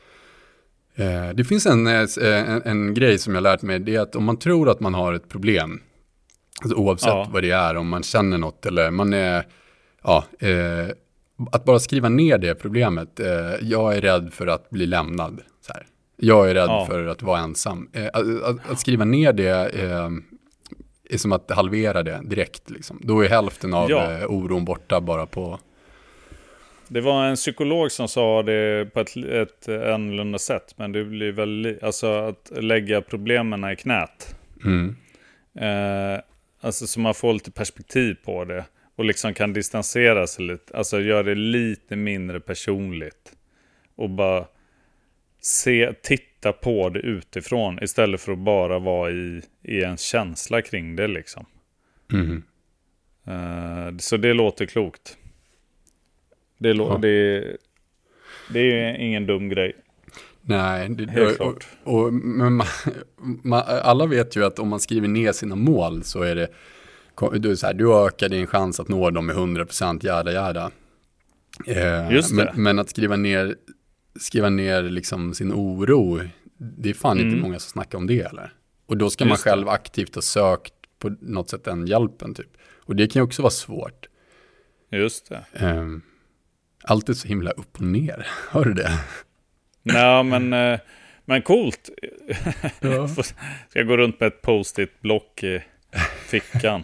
Uh, det finns en, en, en grej som jag lärt mig, det är att om man tror att man har ett problem, alltså oavsett Ja. vad det är, om man känner något eller man är, ja, uh, att bara skriva ner det problemet. Uh, jag är rädd för att bli lämnad, så här. Jag är rädd Ja. för att vara ensam. Eh, att, att, att skriva ner det eh, är som att halvera det direkt. Liksom. Då är hälften av Ja. eh, oron borta bara på... Det var en psykolog som sa det på ett, ett annorlunda sätt. Men det blir väl, alltså att lägga problemen i knät. Mm. Eh, alltså så man får lite perspektiv på det. Och liksom kan distansera sig lite. Alltså göra det lite mindre personligt. Och bara se, titta på det utifrån. Istället för att bara vara i, i en känsla kring det liksom. Mm. Eh, så det låter klokt. Det, lå- Ja. det, det är ingen dum grej. Nej, det, Helt och, klart. och, och, men man, man, alla vet ju att om man skriver ner sina mål så är det, du, är så här, du ökar din chans att nå dem med hundra procent jada jada. Eh, Just det. Men, men att skriva ner, skriva ner liksom sin oro, det är fan Mm. inte många som snackar om det eller. Och då ska man Just det. själv aktivt ha sökt på något sätt den hjälpen typ. Och det kan ju också vara svårt. Just det. Eh, allt är så himla upp och ner, hör du det? Nej, men, eh, men coolt. Ja. Ska jag gå runt med ett post-it-block i fickan.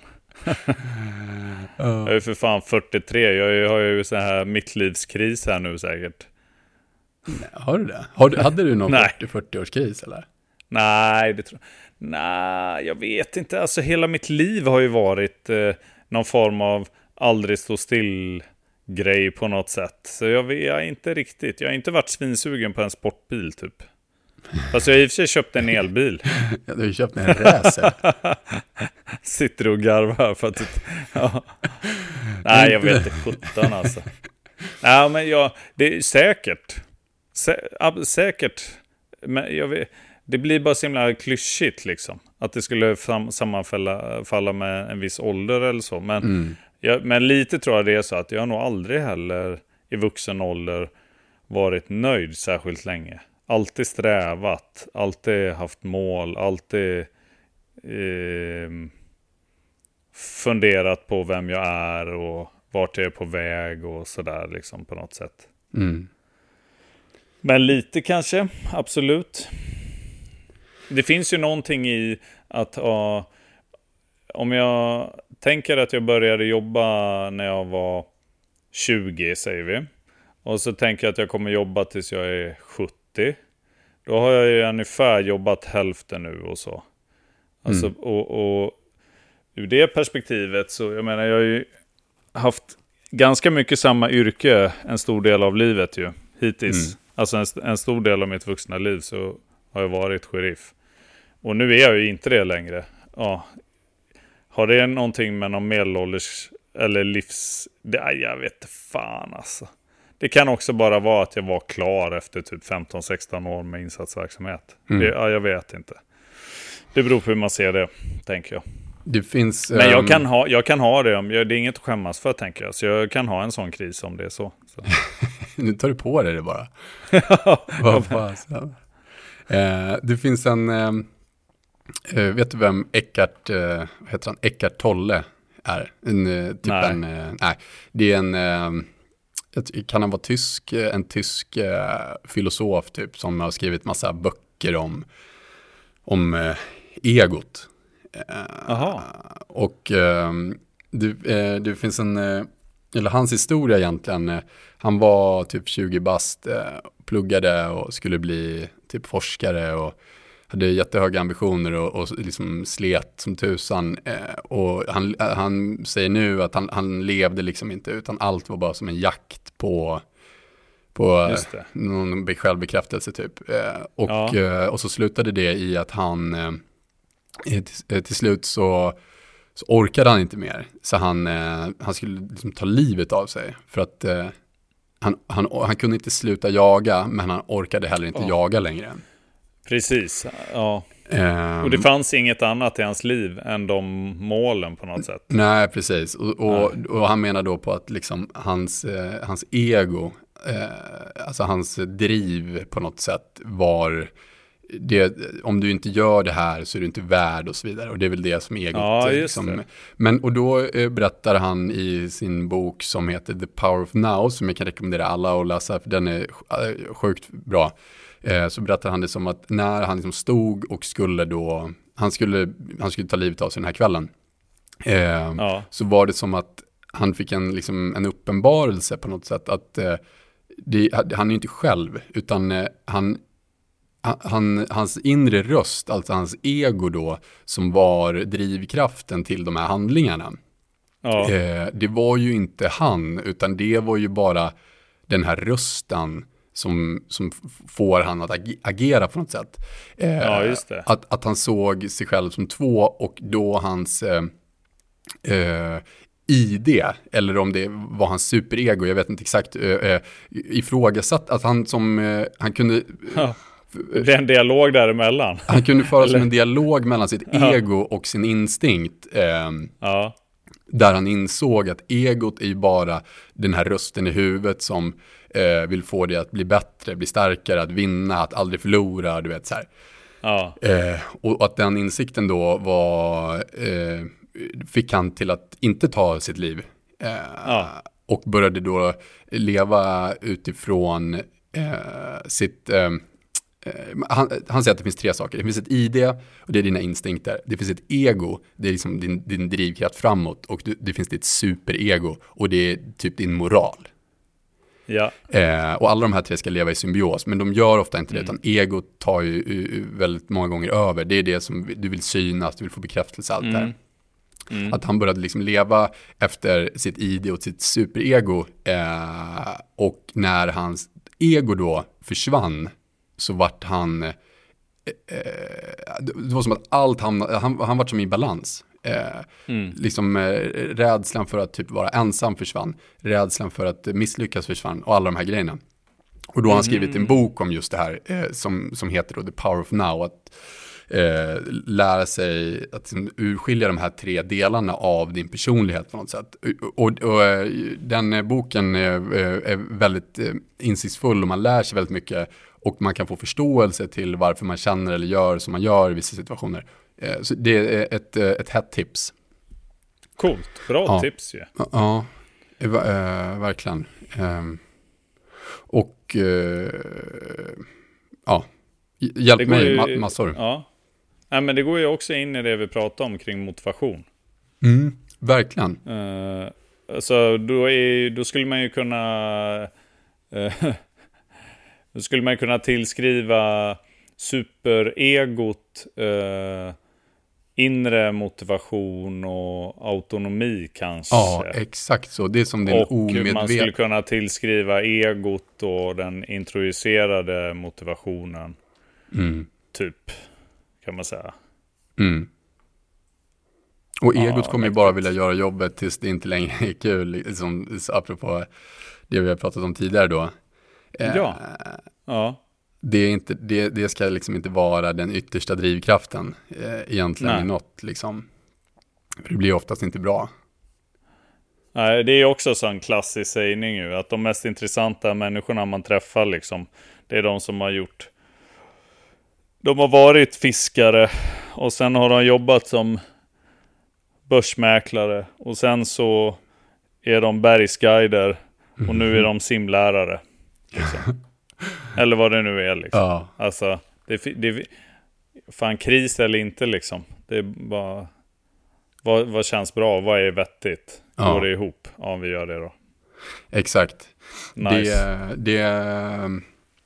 Jag är för fan fyrtiotre. Jag har ju så här mittlivskris här nu säkert. Har du det? Har du, hade du någon Nej. fyrtio-årskris eller? Nej, det tror Nej, jag vet inte. Alltså hela mitt liv har ju varit eh, någon form av aldrig stå still grej på något sätt. Så jag vet jag är inte riktigt. Jag har inte varit svinsugen på en sportbil typ. Fast jag har i och för sig köpt en elbil. Ja, du har ju köpt en racer. Sitter och garvar för att... Ja. Nej, jag vet inte sjutton alltså. Nej, men jag... Det är säkert. Sä, ab, säkert. Men jag vet... Det blir bara så himla klyschigt liksom. Att det skulle sam, sammanfalla falla med en viss ålder eller så. Men, Mm. jag, men lite tror jag det är så att jag har nog aldrig heller i vuxen ålder varit nöjd särskilt länge. Alltid strävat, alltid haft mål, alltid eh, funderat på vem jag är och vart jag är på väg och sådär liksom på något sätt. Mm. Men lite kanske, absolut. Det finns ju någonting i att uh, om jag tänker att jag började jobba när jag var tjugo, säger vi. Och så tänker jag att jag kommer jobba tills jag är sjuttio. Då har jag ju ungefär jobbat hälften nu och så. Alltså, Mm. och, och ur det perspektivet så, jag menar, jag har ju haft ganska mycket samma yrke en stor del av livet ju, hittills. Mm. Alltså en, en stor del av mitt vuxna liv så har jag varit sheriff. Och nu är jag ju inte det längre. Ja. Har det någonting med någon medelålders eller livs... Det, jag vet inte fan alltså. Det kan också bara vara att jag var klar efter typ femton sexton år med insatsverksamhet. Mm. Det, ja, jag vet inte. Det beror på hur man ser det, tänker jag. Det finns... Men jag ehm, kan ha, jag kan ha det. Om jag, det är inget att skämmas för, tänker jag. Så jag kan ha en sån kris om det är så. så. Nu tar du på dig det bara. Vad fasen. Eh, det finns en... ehm, eh, vet du vem Eckart, eh, vad heter han? Eckart Tolle är? En, eh, typ Nej. en... Eh, nej, det är en... Eh, ett- kan han vara tysk? eh, En tysk eh, filosof typ som har skrivit massa böcker om, om eh, egot. Eh, Aha. Och eh, det, eh, det finns en, eh, eller hans historia egentligen, eh, han var typ tjugo bast, eh, pluggade och skulle bli typ forskare och hade jättehöga ambitioner och, och liksom slet som tusan. Eh, och han, han säger nu att han, han levde liksom inte, utan allt var bara som en jakt på på Just det. någon be- självbekräftelse typ. Eh, och, Ja. eh, och så slutade det i att han eh, till, eh, till slut så, så orkade han inte mer. Så han, eh, han skulle liksom ta livet av sig för att eh, han, han, han kunde inte sluta jaga, men han orkade heller inte oh. jaga längre. Precis, ja. Um, och det fanns inget annat i hans liv än de målen på något sätt. Nej, precis. Och, och, och han menar då på att liksom hans, eh, hans ego, eh, alltså hans driv på något sätt var... Det, om du inte gör det här så är du inte värd och så vidare. Och det är väl det som egot... Ja, just liksom, det. Men, och då eh, berättar han i sin bok som heter The Power of Now, som jag kan rekommendera alla att läsa, för den är eh, sjukt bra. Eh, så berättar han det som att när han liksom stod och skulle då... Han skulle, han skulle ta livet av sig den här kvällen. Eh, ja. Så var det som att han fick en, liksom, en uppenbarelse på något sätt. Att eh, det, han är inte själv, utan eh, han... Han, hans inre röst, alltså hans ego då, som var drivkraften till de här handlingarna. Ja. Eh, det var ju inte han, utan det var ju bara den här rösten som, som får han att ag- agera på något sätt. Eh, ja, just det. Att, att han såg sig själv som två, och då hans eh, eh, I D, eller om det var hans superego, jag vet inte exakt, eh, eh, ifrågasatt att han som, eh, han kunde... Ja. Det är en dialog däremellan. Han kunde föra som en dialog mellan sitt ego och sin instinkt. Eh, ja. Där han insåg att egot är ju bara den här rösten i huvudet som eh, vill få det att bli bättre, bli starkare, att vinna, att aldrig förlora, du vet så här. Ja. Eh, och att den insikten då var, eh, fick han till att inte ta sitt liv. Eh, ja. Och började då leva utifrån eh, sitt... Eh, Han, han säger att det finns tre saker. Det finns ett I D, och det är dina instinkter. Det finns ett ego, det är liksom din, din drivkraft framåt. Och det, det finns ditt superego, och det är typ din moral. Ja. Eh, och alla de här tre ska leva i symbios, men de gör ofta inte det, mm. utan ego tar ju uh, väldigt många gånger över. Det är det som du vill synas, du vill få bekräftelse, allt mm. där. Mm. Att han började liksom leva efter sitt I D och sitt superego. Eh, och när hans ego då försvann, så vart han, eh, det var som att allt hamnade, han, han var som i balans. Eh, mm. Liksom eh, rädslan för att typ vara ensam försvann, rädslan för att misslyckas försvann, och alla de här grejerna. Och då har han skrivit en bok om just det här eh, som, som heter då The Power of Now, att eh, lära sig att liksom, urskilja de här tre delarna av din personlighet på något sätt. Och, och, och den boken är, är väldigt eh, insiktsfull, och man lär sig väldigt mycket. Och man kan få förståelse till varför man känner eller gör som man gör i vissa situationer. Eh, så det är ett, ett hett tips. Coolt, bra ja. tips ju. Ja, ja äh, äh, verkligen. Ähm, och äh, ja, hjälp mig ju, ma- massor. Ja. ja, men det går ju också in i det vi pratade om kring motivation. Mm, verkligen. Uh, alltså då, är, då skulle man ju kunna... Uh, Då skulle man kunna tillskriva superegot eh, inre motivation och autonomi kanske. Ja, exakt så. Det är som din omedvetna... Och man skulle kunna tillskriva egot och den introducerade motivationen. Mm. Typ, kan man säga. Mm. Och egot ja, kommer ju bara vilja göra jobbet tills det inte längre är kul. Liksom, apropå det vi har pratat om tidigare då. Ja. ja. Det, är inte, det, det ska liksom inte vara den yttersta drivkraften eh, egentligen. Nej. I något. Liksom. För det blir oftast inte bra. Nej, det är också en klassisk sägning ju, att de mest intressanta människorna man träffar liksom, det är de som har gjort... De har varit fiskare och sen har de jobbat som börsmäklare och sen så är de bergsguider och nu är de simlärare. Liksom. Eller vad det nu är liksom. Ja. Alltså, det, det fan kris eller inte liksom. Det är bara vad, vad känns bra, vad är vettigt? Ja. Går det ihop? Ja, vi gör det då. Exakt. Nice. Det, det,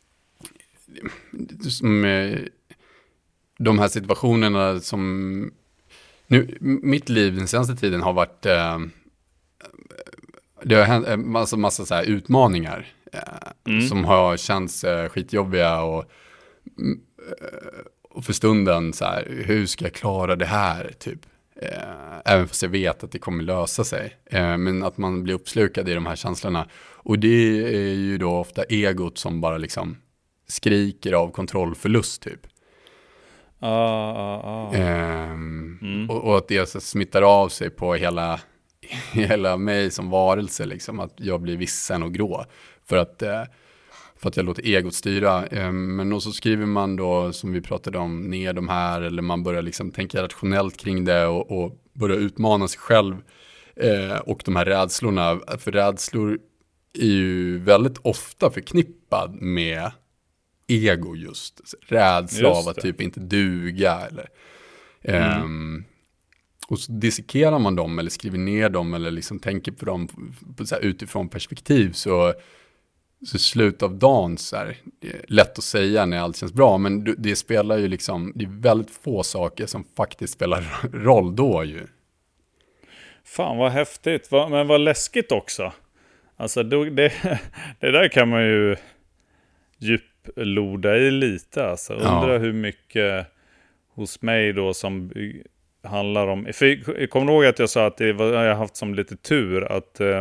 det som, de här situationerna som nu, mitt liv den senaste tiden har varit eh, det har hänt en massa, massa så här utmaningar eh, mm. som har känts eh, skitjobbiga och, och för stunden så här, hur ska jag klara det här typ? Eh, även fast jag vet att det kommer lösa sig. Eh, men att man blir uppslukad i de här känslorna. Och det är ju då ofta egot som bara liksom skriker av kontrollförlust typ. Ah, ah, ah. Eh, Mm. och, och att det så smittar av sig på hela, hela mig som varelse. Liksom, att jag blir vissen och grå. För att... Eh, För att jag låter egot styra. Men och så skriver man då, som vi pratade om, ner de här. Eller man börjar liksom tänka rationellt kring det. Och, och börja utmana sig själv. Eh, och de här rädslorna. För rädslor är ju väldigt ofta förknippad med ego just. Rädsla Just av att det. typ inte duga. Eller, Mm. ehm, och så dissekerar man dem. Eller skriver ner dem. Eller liksom tänker på dem på, så här, utifrån perspektiv. Så... Så i slutet av dagen så här, det är lätt att säga när allt känns bra, men det spelar ju liksom, det är väldigt få saker som faktiskt spelar roll då ju. Fan vad häftigt, Va- men vad läskigt också. Alltså då, det, det där kan man ju djuploda i lite. Alltså. Undrar Ja. hur mycket hos mig då som handlar om... För jag kommer ihåg att jag sa att det var, jag har haft som lite tur att eh,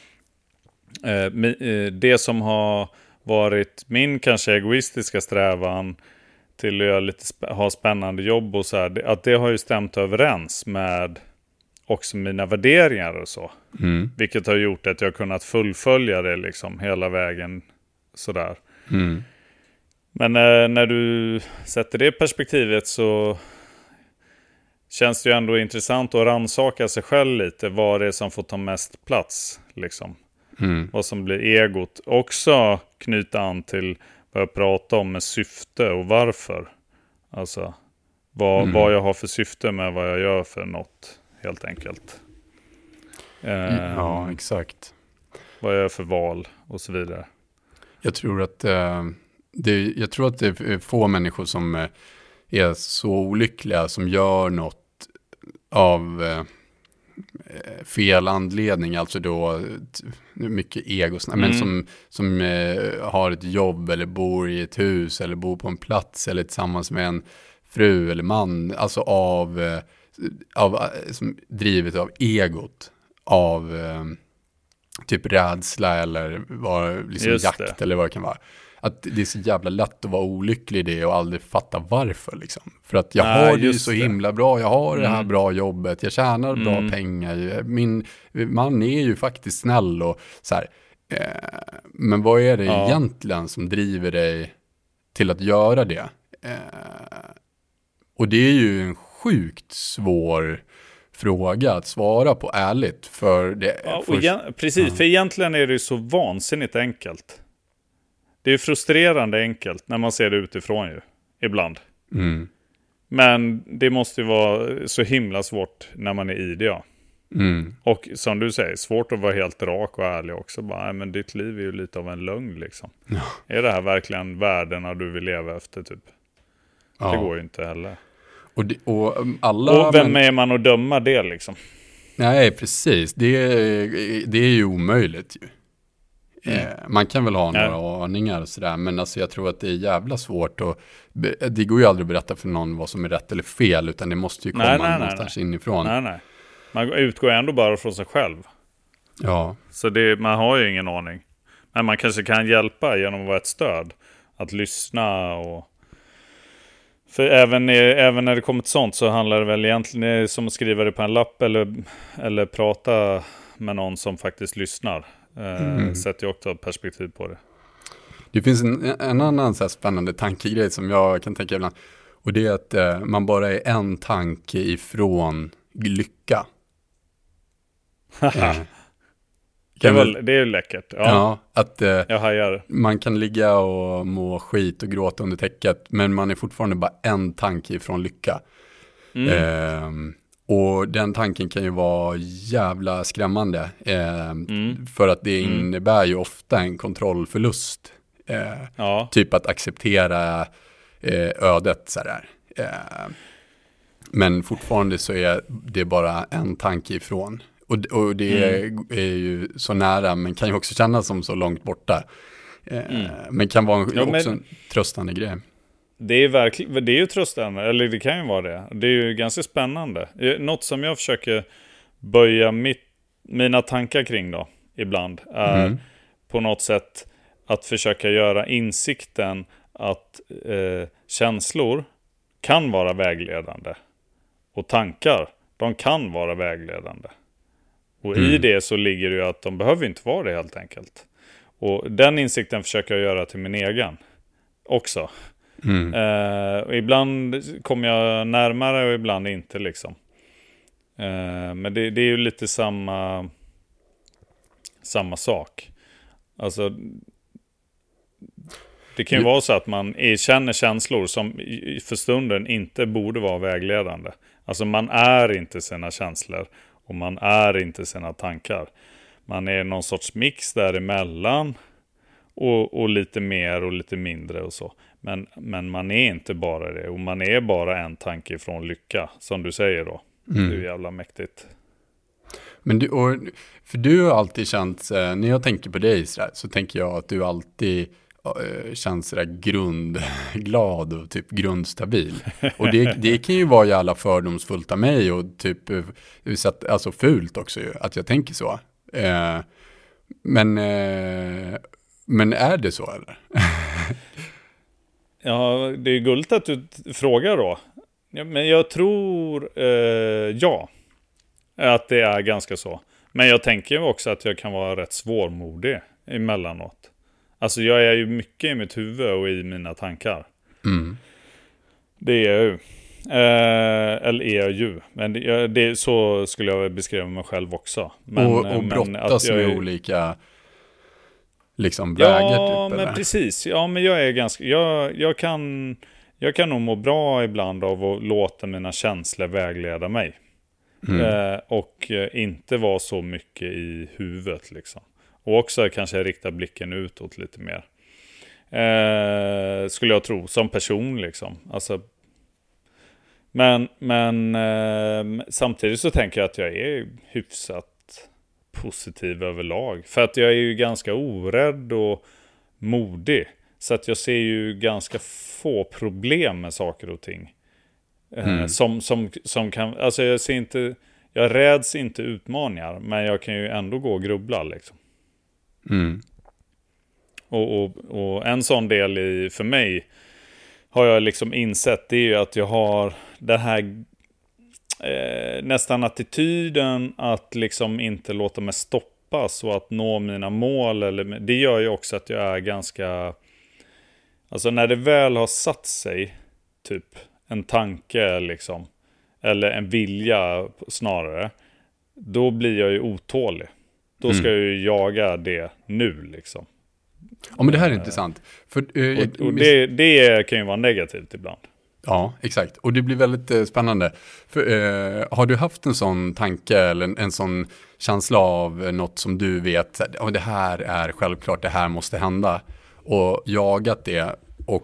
eh, det som har varit min kanske egoistiska strävan till att göra lite sp- ha spännande jobb och så här, det- att det har ju stämt överens med också mina värderingar och så. Mm. Vilket har gjort att jag har kunnat fullfölja det liksom hela vägen sådär. Mm. Men eh, när du sätter det perspektivet så känns det ju ändå intressant att rannsaka sig själv lite. Vad det är som får ta mest plats liksom. Mm. Vad som blir egot. Också knyta an till vad jag pratar om med syfte och varför. Alltså vad, Mm. vad jag har för syfte med vad jag gör för något helt enkelt. Eh, Ja, exakt. Vad jag gör för val och så vidare. Jag tror att eh, det, jag tror att det är få människor som eh, är så olyckliga som gör något av eh, fel anledning, alltså då t- mycket ego, mm. men som, som eh, har ett jobb eller bor i ett hus eller bor på en plats eller tillsammans med en fru eller man, alltså av, eh, av som drivet av egot, av eh, typ rädsla eller var, liksom Just jakt det. eller vad det kan vara. Att det är så jävla lätt att vara olycklig i det och aldrig fatta varför liksom. För att jag Nej, har det ju just så det. himla bra, jag har det här Mm. bra jobbet, jag tjänar bra Mm. pengar, min man är ju faktiskt snäll och så här. Eh, men vad är det Ja. egentligen som driver dig till att göra det? Eh, och det är ju en sjukt svår fråga att svara på ärligt. För det, Ja, och för, igen, precis, ja. för egentligen är det ju så vansinnigt enkelt. Det är ju frustrerande enkelt när man ser det utifrån ju, ibland. Mm, Men det måste ju vara så himla svårt när man är i det, ja. mm, Och som du säger, svårt att vara helt rak och ärlig också. Bara, nej, men ditt liv är ju lite av en lögn liksom. ja, Är det här verkligen värdena du vill leva efter typ? ja. Det går ju inte heller. Och, det, och um, alla... Och vem men, är man att döma det liksom? nej, precis. Det, är- det är ju omöjligt ju. Eh, man kan väl ha Nej. några aningar och sådär, men alltså jag tror att det är jävla svårt och be- det går ju aldrig att berätta för någon vad som är rätt eller fel, utan det måste ju komma Nej, nej, nej, någonstans inifrån. Nej, nej. Man utgår ändå bara från sig själv. Ja, Så det, man har ju ingen aning. Men man kanske kan hjälpa genom att vara ett stöd. Att lyssna och... För även, även när det kommer till sånt så handlar det väl egentligen det är som att skriva det på en lapp eller, eller prata med någon som faktiskt lyssnar. Eh, Mm. Sätter ju också ett perspektiv på det. det finns en, en annan så här spännande tankegrej som jag kan tänka ibland, och det är att eh, man bara är en tanke ifrån lycka. Eh, det, är kan väl, väl, det är ju läckert. Ja, ja, att... Eh, jag hajar. man kan ligga och må skit och gråta under täcket, men man är fortfarande bara en tanke ifrån lycka. Mm. Ehm, och den tanken kan ju vara jävla skrämmande. Ehm, Mm. För att det Mm. innebär ju ofta en kontrollförlust. Ehm, Ja. typ att acceptera eh, ödet sådär. Ehm, men fortfarande så är det bara en tanke ifrån. Och, och det Mm. är, är ju så nära, men kan ju också kännas som så långt borta. Ehm, Mm. Men kan vara en, Ja, men- också en tröstande grej. Det är verkligen, det är ju tröstande, eller det kan ju vara det. Det är ju ganska spännande. Något som jag försöker böja mitt, mina tankar kring då, ibland, är mm. på något sätt att försöka göra insikten att eh, känslor kan vara vägledande. Och tankar, de kan vara vägledande. Och mm. i det så ligger det ju att de behöver inte vara det helt enkelt. Och den insikten försöker jag göra till min egen också. Mm. Eh, och ibland kommer jag närmare och ibland inte liksom. Eh, men det, det är ju lite samma samma sak. Alltså det kan ju mm. vara så att man känner känslor som för stunden inte borde vara vägledande. Alltså man är inte sina känslor och man är inte sina tankar. Man är någon sorts mix däremellan och, och lite mer och lite mindre och så. Men, men man är inte bara det och man är bara en tanke från lycka, som du säger då. Mm. Det är jävla mäktigt. Men du, och, för du har alltid känt, när jag tänker på dig så, där, så tänker jag att du alltid äh, känns sådär grundglad och typ grundstabil. Och det, det kan ju vara jävla fördomsfullt av mig och typ alltså fult också ju, att jag tänker så. Eh, men, eh, men är det så eller? Ja, det är gulligt att du frågar då. Ja, men jag tror eh, ja, att det är ganska så. Men jag tänker också att jag kan vara rätt svårmodig emellanåt. Alltså jag är ju mycket i mitt huvud och i mina tankar. Mm. Det är jag ju. Eh, eller är jag ju. Men det, det, så skulle jag beskriva mig själv också. Men, och och brottas med är, olika liksom vägar. Ja, typ, men eller? precis. Ja, men jag är ganska... Jag, jag, kan, jag kan nog må bra ibland av att låta mina känslor vägleda mig. Mm. Eh, och inte vara så mycket i huvudet liksom. Och också kanske rikta blicken utåt lite mer. Eh, skulle jag tro. Som person liksom. Alltså... Men, men eh, samtidigt så tänker jag att jag är hyfsat positiv överlag. För att jag är ju ganska orädd och modig. Så att jag ser ju ganska få problem med saker och ting. Eh, mm. som, som, som kan, alltså jag ser inte, jag räds inte utmaningar. Men jag kan ju ändå gå och grubbla liksom. Mm. Och, och, och en sån del i, för mig har jag liksom insett, det är ju att jag har den här eh, nästan attityden att liksom inte låta mig stoppas och att nå mina mål. Eller, det gör ju också att jag är ganska... Alltså när det väl har satt sig, typ en tanke liksom, eller en vilja snarare, då blir jag ju otålig. Då ska mm. jag ju jaga det nu liksom. Ja, men det här är intressant. För, uh, och och det, det kan ju vara negativt ibland. Ja, exakt. Och det blir väldigt uh, spännande. För, uh, har du haft en sån tanke eller en, en sån känsla av uh, något som du vet, så här, oh, det här är självklart, det här måste hända, och jagat det och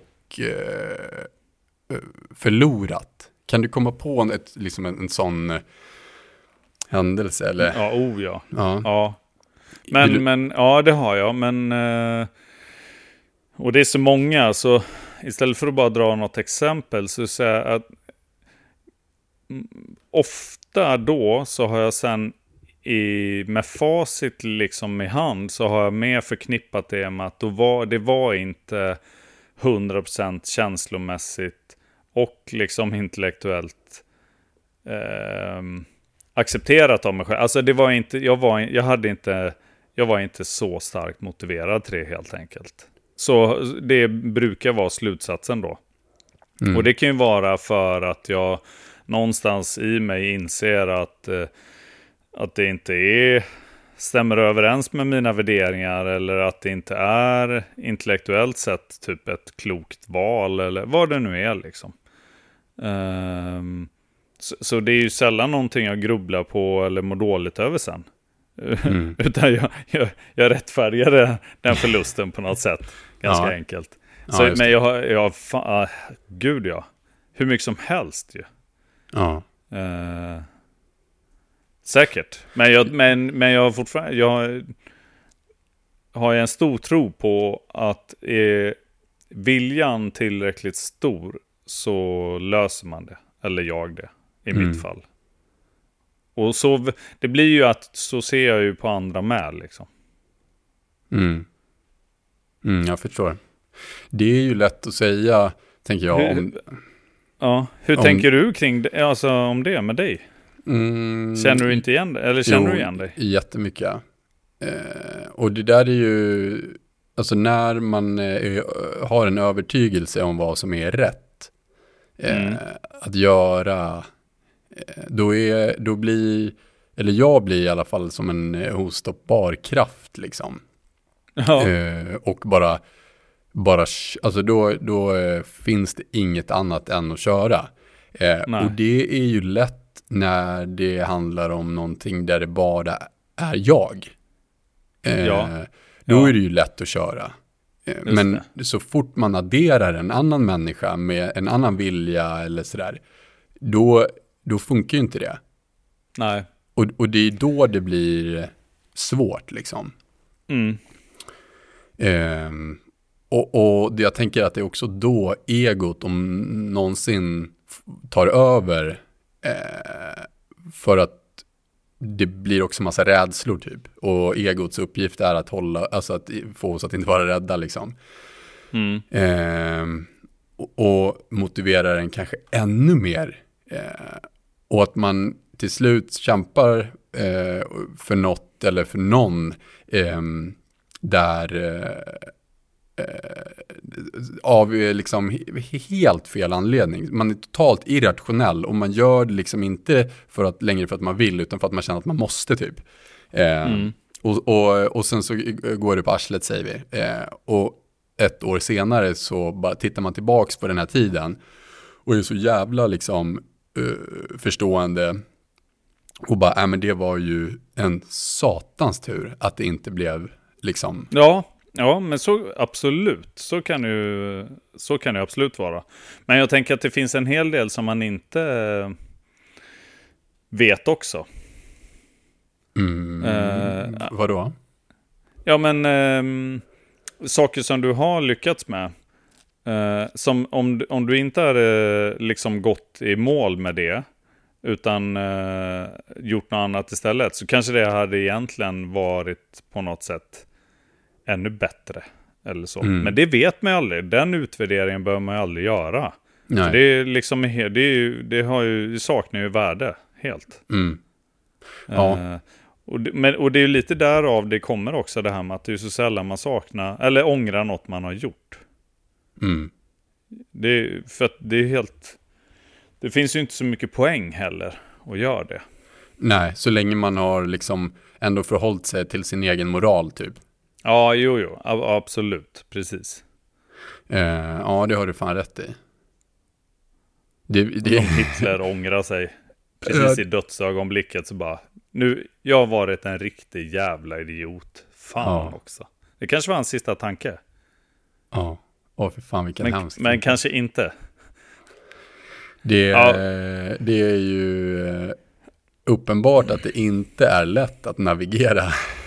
uh, förlorat? Kan du komma på en, ett, liksom en, en sån uh, händelse? Eller? Ja, oh ja. Ja. ja. Men, du... men, ja det har jag, men uh, och det är så många, så istället för att bara dra något exempel så säger jag att ofta då så har jag sen i, med facit liksom i hand, så har jag mer förknippat det med att då var, det var inte hundra procent känslomässigt och liksom intellektuellt eh, accepterat av mig själv. Alltså det var inte, jag var, jag hade inte, jag var inte så starkt motiverad till det helt enkelt. Så det brukar vara slutsatsen då. Mm. Och det kan ju vara för att jag någonstans i mig inser att, eh, att det inte är, stämmer överens med mina värderingar, eller att det inte är intellektuellt sett typ ett klokt val, eller vad det nu är liksom. Um, så, så det är ju sällan någonting jag grubblar på eller mår dåligt över sen. Mm. Utan jag, jag, jag rättfärdigade den förlusten på något sätt. Ganska ja. enkelt. Så, ja, men jag har, jag, fan, uh, gud ja. Hur mycket som helst ju. Ja. Uh, säkert. Men jag, men, men jag har fortfarande, jag har, har en stor tro på att eh, viljan tillräckligt stor så löser man det. Eller jag det, i Mm. mitt fall. Och så, det blir ju att, så ser jag ju på andra med liksom. Mm. Mm, jag förstår. Det är ju lätt att säga, tänker jag. Hur, om, ja, hur om, tänker du kring det, alltså, om det med dig? mm, Känner du inte igen det? Eller känner jo, du igen dig? Jättemycket. Eh, och det där är ju, alltså när man eh, har en övertygelse om vad som är rätt eh, Mm. att göra, eh, då, är, då blir, eller jag blir i alla fall som en eh, ostoppbar kraft liksom. Ja. Eh, och bara, bara alltså då, då eh, finns det inget annat än att köra. Eh, och det är ju lätt när det handlar om någonting där det bara är jag. Eh, Ja. Då Ja. är det ju lätt att köra. Eh, men det. så fort man adderar en annan människa med en annan vilja eller sådär, då, då funkar ju inte det. Nej. Och, och det är då det blir svårt liksom. Mm. Um, och, och jag tänker att det är också då egot om någonsin f- tar över eh, för att det blir också massa rädslor typ. Och egots uppgift är att hålla, alltså att få oss att inte vara rädda liksom. Mm. Um, och, och motivera den kanske ännu mer. Uh, och att man till slut kämpar uh, för något eller för någon um, där eh, av liksom he- helt fel anledning. Man är totalt irrationell och man gör det liksom inte för att, längre för att man vill utan för att man känner att man måste typ. Eh, Mm. och, och, och sen så går det på arslet säger vi. Eh, och ett år senare så bara tittar man tillbaks på den här tiden och är så jävla liksom uh, förstående och bara, äh, men det var ju en satans tur att det inte blev liksom. Ja, ja, men så absolut. Så kan ju så kan det absolut vara. Men jag tänker att det finns en hel del som man inte eh, vet också. Mm, Eh, vadå? Ja, men eh, saker som du har lyckats med. Eh, som om, om du inte hade liksom gått i mål med det utan eh, gjort något annat istället, så kanske det hade egentligen varit på något sätt ännu bättre eller så. Mm. Men det vet man ju aldrig. Den utvärderingen bör man ju aldrig göra. Nej. För det är liksom, det, är ju, det, har ju, det saknar ju värde helt. Mm. Ja. Eh, och, det, men, och det är ju lite därav det kommer också, det här med att det är så sällan man saknar eller ångrar något man har gjort. Mm. Det är, för att det är helt, det finns ju inte så mycket poäng heller att göra det. Nej, så länge man har liksom ändå förhållit sig till sin egen moral typ. Ja, jo, jo, a- absolut, precis. Eh, ja, det har du fan rätt i. Det, det... Om Hitler ångrar sig precis i dödsögonblicket så bara, nu, jag har varit en riktig jävla idiot. Fan Ja. också. Det kanske var hans sista tanke. Ja, åh för fan vilken Men, hemsk. men kanske inte. Det, Ja. det är ju eh, uppenbart att det inte är lätt att navigera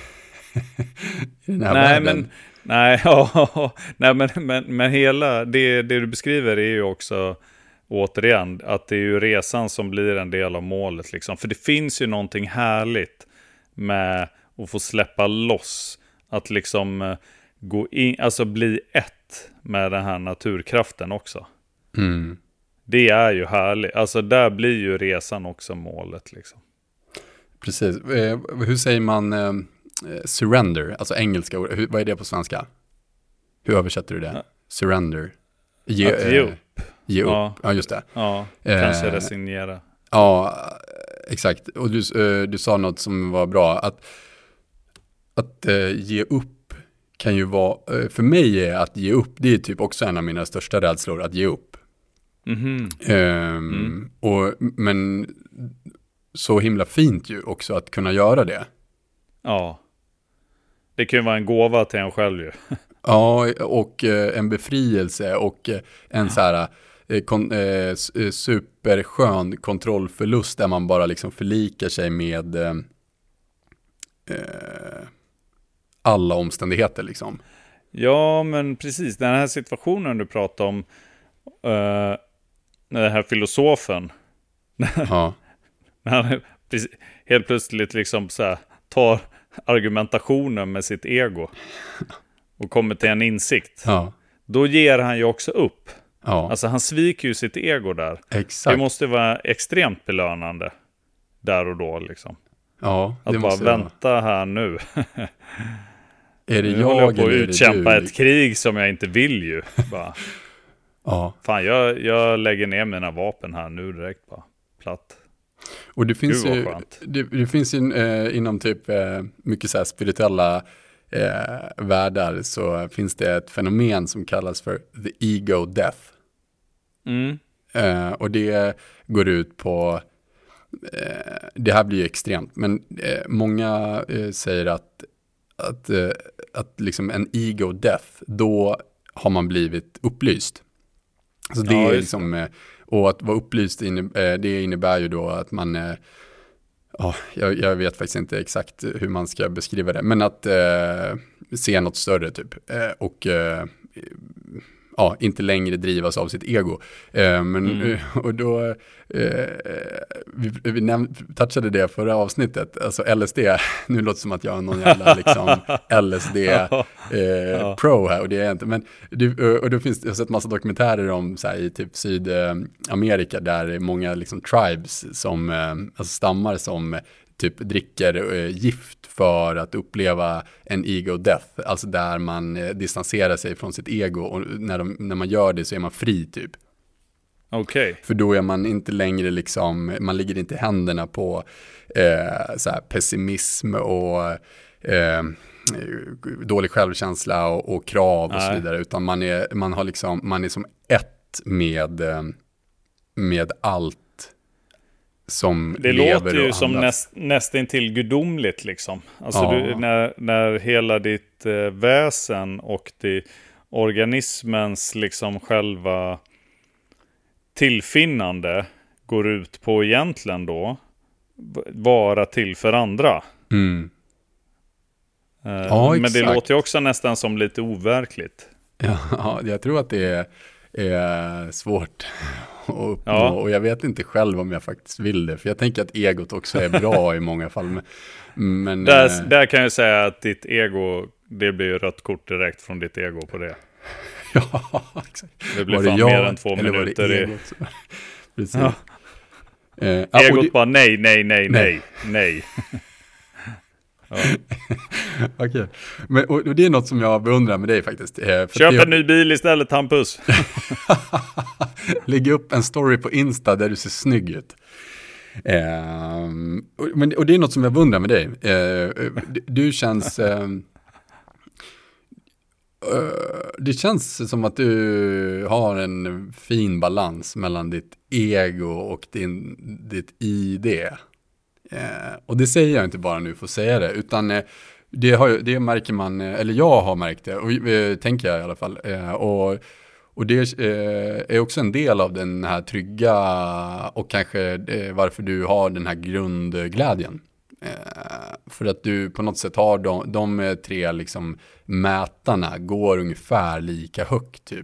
i den här Nej, världen. men, nej, ja, nej, men, men, men hela det, det du beskriver är ju också återigen att det är ju resan som blir en del av målet liksom. För det finns ju någonting härligt med att få släppa loss, att liksom eh, gå in, alltså bli ett med den här naturkraften också. Mm. Det är ju härligt. Alltså där blir ju resan också målet liksom. Precis. Eh, hur säger man eh, surrender? Alltså engelska ord. Hur, vad är det på svenska? Hur översätter du det? Ja. Surrender. Ge, Att ge eh, upp. Ge upp. Ja. Ja, just det. Ja, Eh, kanske resignera. Ja, exakt. Och du, eh, du sa något som var bra. Att, att eh, ge upp kan ju vara, eh, för mig är att ge upp, det är typ också en av mina största rädslor, att ge upp. Mhm. Ehm, Mm. och, men så himla fint ju också att kunna göra det. Ja. Det kan ju vara en gåva till en själv ju. Ja, och eh, en befrielse och eh, en så här eh, kon, eh, s- eh, superskön kontrollförlust där man bara liksom förlikar sig med eh, eh, alla omständigheter liksom. Ja, men precis. Den här situationen du pratar om, uh, den här filosofen, Ja, när han precis, helt plötsligt liksom så här, tar argumentationen med sitt ego och kommer till en insikt. ja, Då ger han ju också upp. ja, Alltså han sviker ju sitt ego där. exakt. Det måste vara extremt belönande där och då liksom. Ja, det Att bara måste jag. vänta här nu. Är det Nu håller jag jag på att eller är det utkämpa du? ett krig som jag inte vill ju. Bara, Ja, fan, jag, jag lägger ner mina vapen här nu direkt bara. Platt. och det finns Gud, vad ju, skönt. det, det finns ju eh, inom typ eh, mycket så här spirituella eh, världar så finns det ett fenomen som kallas för the ego death. Mm. Eh, och det går ut på, eh, det här blir ju extremt, men eh, många eh, säger att, att, eh, att liksom en ego death, då har man blivit upplyst. Så det Ja, är just liksom, eh, och att vara upplyst, inne, eh, det innebär ju då att man, eh, ja, jag, jag vet faktiskt inte exakt hur man ska beskriva det, men att eh, se något större typ, eh, och eh, ja, inte längre drivas av sitt ego. Eh, men, Mm. eh, och då, eh, vi, vi näm- touchade det förra avsnittet, alltså L S D, nu låter det som att jag är någon jävla liksom L S D eh, Ja. pro här, och det är jag inte, men det, och då finns det, jag har sett massa dokumentärer om så här, i typ Sydamerika, där det är många liksom tribes som, eh, alltså stammar som typ dricker eh, gift för att uppleva en ego death, alltså där man eh, distanserar sig från sitt ego, och när, de, när man gör det så är man fri typ. Okej. För då är man inte längre liksom, man ligger inte i händerna på eh, så här pessimism och eh, dålig självkänsla och, och krav och Nej. så vidare, utan man är, man har liksom, man är som ett med, eh, med allt som Det lever låter ju och som andas. näst, nästintill gudomligt liksom. Alltså Ja. du, när, när hela ditt eh, väsen och det, organismens liksom själva tillfinnande går ut på egentligen då v- vara till för andra. Mm. Eh, Ja, men det exakt. låter ju också nästan som lite overkligt. Ja, jag tror att det är, är svårt att uppnå, Ja. och jag vet inte själv om jag faktiskt vill det, för jag tänker att egot också är bra i många fall. Men, men Där, eh, där kan jag säga att ditt ego, det blir ju rött kort direkt från ditt ego på det. ja, exakt. Det blir Var fan jag, mer än två eller var minuter det i... egot? Precis. Ja. Eh, ja, och Egot det- bara nej, nej, nej, Nej. nej, nej. Ja. Okej, men och, och det är något som jag beundrar med dig faktiskt. Eh, för Köp det, en ny bil istället, Hampus. Lägg upp en story på Insta där du ser snygg ut. Ehm, och, men, och det är något som jag beundrar med dig. Eh, du, du känns... ehm, eh, det känns som att du har en fin balans mellan ditt ego och din, ditt I D. Eh, och det säger jag inte bara nu för att säga det, utan eh, det, har, ju- det märker man, eh, eller jag har märkt det, och eh, tänker jag i alla fall. Eh, och, och det eh, är också en del av den här trygga, och kanske eh, varför du har den här grundglädjen. Eh, för att du på något sätt har de, de eh, tre liksom mätarna går ungefär lika högt typ.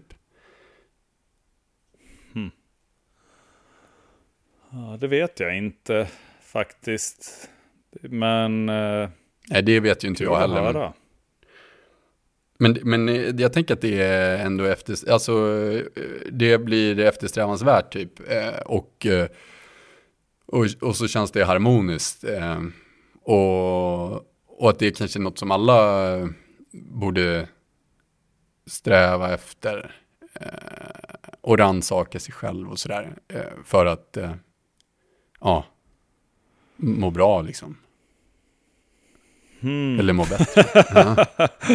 Ja, det vet jag inte faktiskt. Men... Eh, Nej, det vet ju inte kul jag att heller. Men, höra. men, men eh, jag tänker att det är ändå efter, alltså eh, det blir eftersträvansvärt typ. Eh, och, eh, och, och så känns det harmoniskt. Eh, och, och att det är kanske något som alla eh, borde sträva efter. Eh, och rannsaka sig själv och sådär. Eh, för att, eh, ja, må bra liksom. Hmm. Eller må bättre. Ja.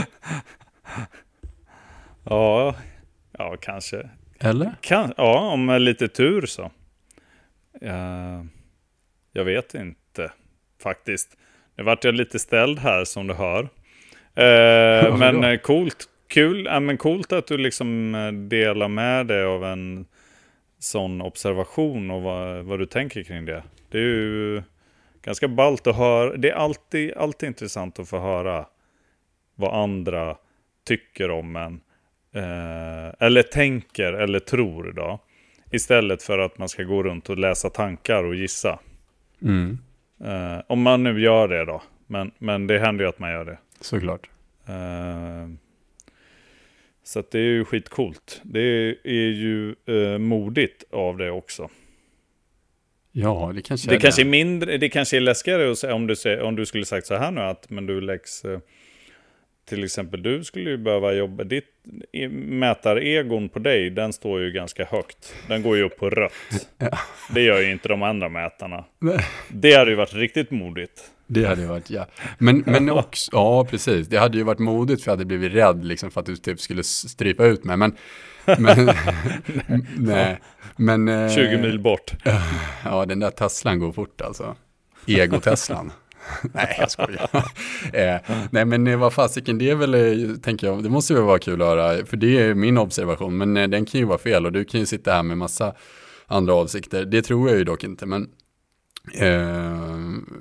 Ja, ja, kanske. Eller? Kan, ja, om med lite tur så. Ja, jag vet inte faktiskt. Nu vart jag lite ställd här som du hör. Eh, men eh, coolt, kul, ja, men coolt att du liksom eh, delar med dig av en sån observation och vad, vad du tänker kring det. Det är ju ganska ballt att höra. Det är alltid, alltid intressant att få höra vad andra tycker om en. Eh, eller tänker eller tror då. Istället för att man ska gå runt och läsa tankar och gissa. Mm. Eh, om man nu gör det då. Men, men det händer ju att man gör det. Såklart. Eh, så att det är ju skitcoolt. Det är ju eh, modigt av det också. Ja, det kanske Det är kanske det. är mindre, det kanske är läskigare att säga, om du säger, om du skulle sagt så här nu att men du läggs eh, till exempel du skulle ju behöva jobba ditt mätaregon på dig, den står ju ganska högt. Den går ju upp på rött. Ja. Det gör ju inte de andra mätarna. Nej. Det hade ju varit riktigt modigt. Det hade ju varit, ja. Men, men också, ja precis. Det hade ju varit modigt för jag hade blivit rädd liksom, för att du typ skulle strypa ut mig. Men, men nej. Men, eh, tjugo mil bort. Ja, den där Teslan går fort alltså. Ego-Teslan. Nej, jag skojar. eh, nej, men eh, vad fasiken, det är väl, eh, tänker jag, det måste väl vara kul att höra. För det är min observation, men eh, den kan ju vara fel. Och du kan ju sitta här med massa andra avsikter. Det tror jag ju dock inte, men eh,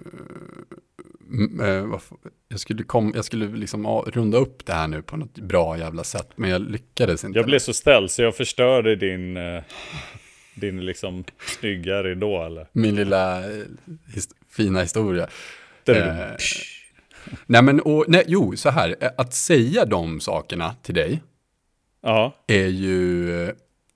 eh, jag skulle, kom, jag skulle liksom ah, runda upp det här nu på något bra jävla sätt, men jag lyckades inte. Jag blev så ställd så jag förstörde din, eh, din liksom snygga ridå, eller? Min lilla eh, his- fina historia. Eh, nej men, och, nej, jo, så här, att säga de sakerna till dig ja. är ju, eh,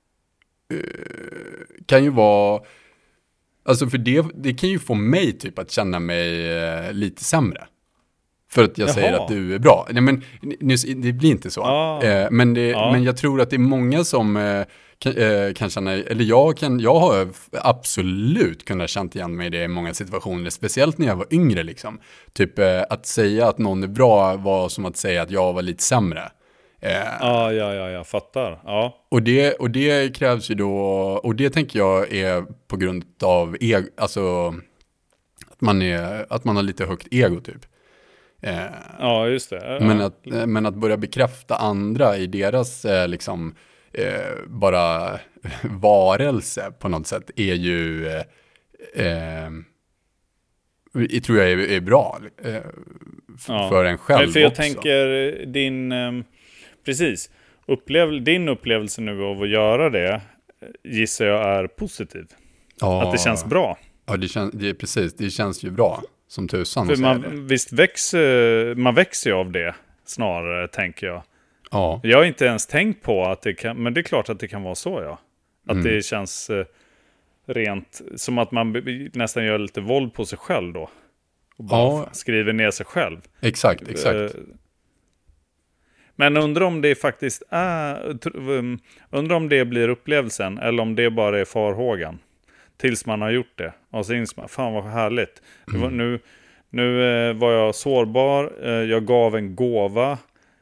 kan ju vara, alltså för det, det kan ju få mig typ att känna mig eh, lite sämre. För att jag Jaha. säger att du är bra. Nej men, nu, det blir inte så. Ah. Eh, men, det, Ja. men jag tror att det är många som eh, kan, eh, kan känna, eller jag, kan, jag har absolut kunnat känna igen mig i det i många situationer, speciellt när jag var yngre liksom. Typ eh, att säga att någon är bra var som att säga att jag var lite sämre. Eh, Ja, ja, ja, jag fattar. Ja. och, det, och det krävs ju då, och det tänker jag är på grund av ego, alltså att man, är, att man har lite högt ego typ. Eh, Ja, just det. Ja. Men, att, eh, men att börja bekräfta andra i deras eh, liksom, eh, bara varelse på något sätt är ju, eh, eh, jag tror jag är, är bra eh, f- Ja. för en själv Men för jag också. tänker din, ehm, precis, upplev, din upplevelse nu av att göra det eh, gissar jag är positiv. Ja, Att det känns bra. Ja, det, kän, det är precis, det känns ju bra som tusan. För att säga man, det. visst växer, man växer ju av det snarare, tänker jag. Ja, Jag har inte ens tänkt på att det kan, men det är klart att det kan vara så, ja. Att Mm. det känns eh, rent, som att man b- nästan gör lite våld på sig själv då. Och bara Ja. f- skriver ner sig själv. exakt, exakt. Eh, Men undrar om det faktiskt är, tr- um, undrar om det blir upplevelsen eller om det bara är farhågan. Tills man har gjort det. Och så inser man, fan vad härligt. Det var, nu nu eh, var jag sårbar, eh, jag gav en gåva.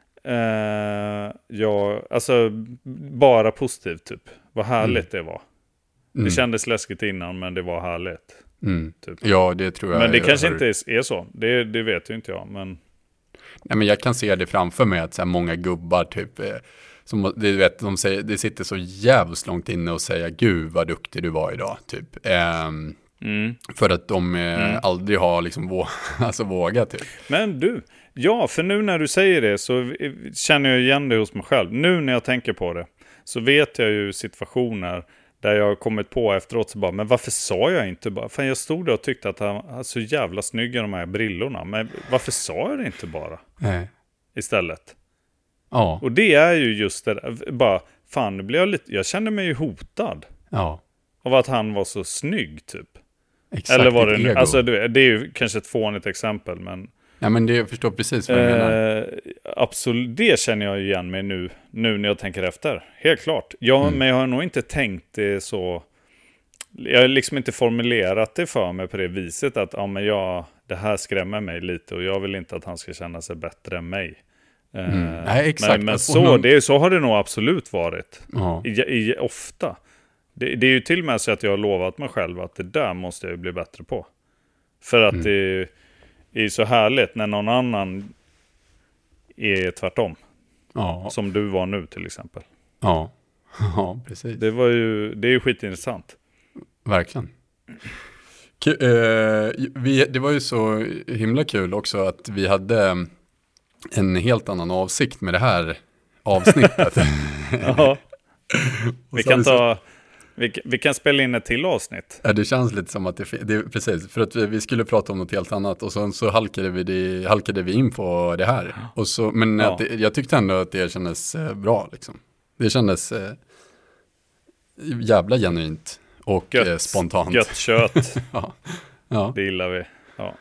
Eh, jag, alltså bara positivt typ. Vad härligt det var. Mm. Det kändes läskigt innan, men det var härligt. Mm. Typ. Ja, det tror jag. Men det jag kanske hör- inte är, är så. Det, det vet ju inte jag. Men Nej, men jag kan se det framför mig att så här många gubbar typ, eh, som, du vet, de säger, det sitter så jävligt långt inne och säger gud vad duktig du var idag, typ. Ehm, mm. för att de eh, Mm. aldrig har liksom vå- alltså vågat typ. Men du, ja, för nu när du säger det så känner jag igen det hos mig själv. Nu när jag tänker på det så vet jag ju situationer där jag har kommit på efteråt så bara, men varför sa jag inte bara? Fan, jag stod där och tyckte att han var så jävla snygga de här brillorna. Men varför sa jag det inte bara Nej. istället? Ja, Och det är ju just det där, bara, fan, nu blir jag lite, jag kände mig ju hotad ja, av att han var så snygg typ. exakt. Eller var ditt det nu, ego. alltså det, det är ju kanske ett fånigt exempel, men Ja, men det, jag förstår precis vad du menar. Eh, absolut, det känner jag igen mig nu, nu när jag tänker efter. Helt klart. Jag, Mm. Men jag har nog inte tänkt det så... Jag har liksom inte formulerat det för mig på det viset att ja, men jag, det här skrämmer mig lite och jag vill inte att han ska känna sig bättre än mig. Eh, Mm. Nej, exakt. Men, men Och så, någon- det, så har det nog absolut varit. Ja. I, i, ofta. Det, det är ju till och med så att jag har lovat mig själv att det där måste jag ju bli bättre på. För att Mm. det är så härligt när någon annan är tvärtom. Ja, Som du var nu till exempel. ja, ja, precis. Det var ju, det är ju skitintressant. Verkligen. K- eh, vi, det var ju så himla kul också att vi hade en helt annan avsikt med det här avsnittet. Ja. Vi kan ta... Vi, vi kan spela in ett till avsnitt. Ja, det känns lite som att det, det är precis, för att vi, vi skulle prata om något helt annat och sen så halkade vi, det, halkade vi in på det här. Och så, men Ja. att det, jag tyckte ändå att det kändes eh, bra liksom. Det kändes eh, jävla genuint och Gött, eh, spontant. Gött kött. Ja. Ja. Det gillar vi. Ja.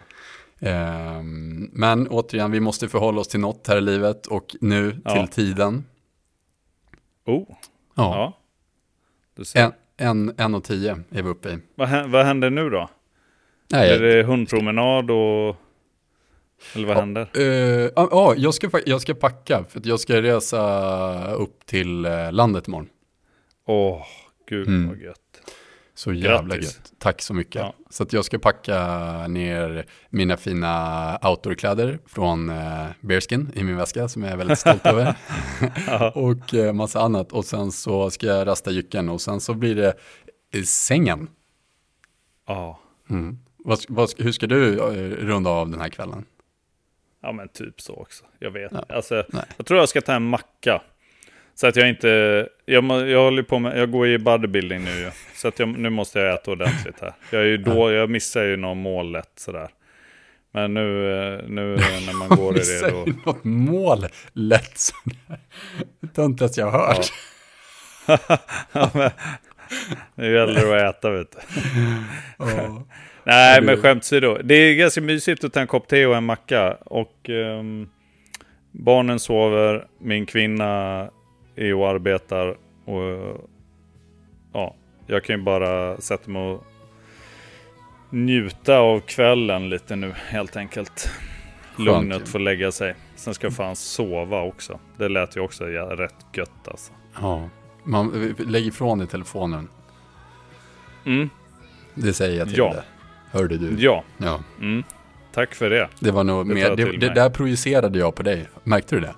Ehm, men återigen, vi måste förhålla oss till något här i livet och nu Ja. till tiden. Oh. Ja. Ja. Du ser. En, en, en och tio är vi uppe i. Vad, hä- vad händer nu då? Nej, Är det hundpromenad och... Eller vad händer? Uh, ja, ja, jag, ska, fa- jag ska packa för att jag ska resa upp till uh, landet imorgon. Åh, gud Mm. vad gött. Så jävla Grattis. gött. Tack så mycket. Ja. Så att jag ska packa ner mina fina outdoorkläder från uh, Bearskin i min väska som jag är väldigt stolt över. Och uh, massa annat. Och sen så ska jag rasta jycken och sen så blir det uh, sängen. Ja. Mm. Vad, vad, hur ska du uh, runda av den här kvällen? Ja, men typ så också. Jag vet. Ja. Alltså, Nej. jag tror jag ska ta en macka. Så att jag inte... Jag, må, jag håller på med... Jag går i bodybuilding nu ju. Så att jag, nu måste jag äta ordentligt här. Jag är ju då... Jag missar ju någon mål lätt sådär. Men nu, eh, nu när man går i det då... Missar något mål lätt sådär. Det har inte ens jag hört. Ja, men, nu gäller det att äta, vet du. Ja. Nej, du- men skämt åsido. Det är ganska mysigt att ta en kopp te och en macka. Och ehm, barnen sover. Min kvinna är och arbetar. Och ja, jag kan ju bara sätta mig och njuta av kvällen lite nu, helt enkelt. Lugnet ju. får lägga sig. Sen ska jag fan sova också. Det lät ju också ja, rätt gött alltså. Ja. Man lägger ifrån i telefonen. Mm, Det säger jag till Ja. dig. Hörde du? ja, Ja. mm. Tack för det. Det var nog Det tar mer, jag det, till det mig. där projicerade jag på dig. Märkte du det?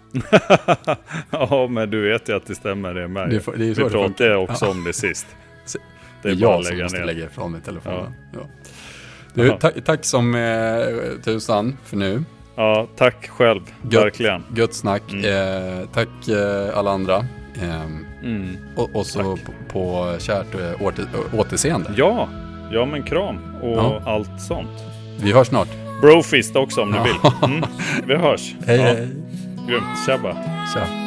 Ja, men du vet ju att det stämmer det med. Det är för- det är så Vi det pratade funkar. också Ja. om det sist. Så- Det Det är är bara jag att som lägga måste ner. lägga ifrån mig telefonen. Ja. Du, Jaha. ta- tack som eh, tusan för nu. Ja, tack själv. Gött. Verkligen. Gött snack. Mm. Eh, tack eh, alla andra. Ehm, Mm. och, och så på, på kärt eh, åter, återseende. Ja, ja men kram och Ja. allt sånt. Vi hörs snart. Brofist också om du Ja. vill. Mm. Vi hörs. Hej, Ja, hej. grymt. Tjabba. Tja.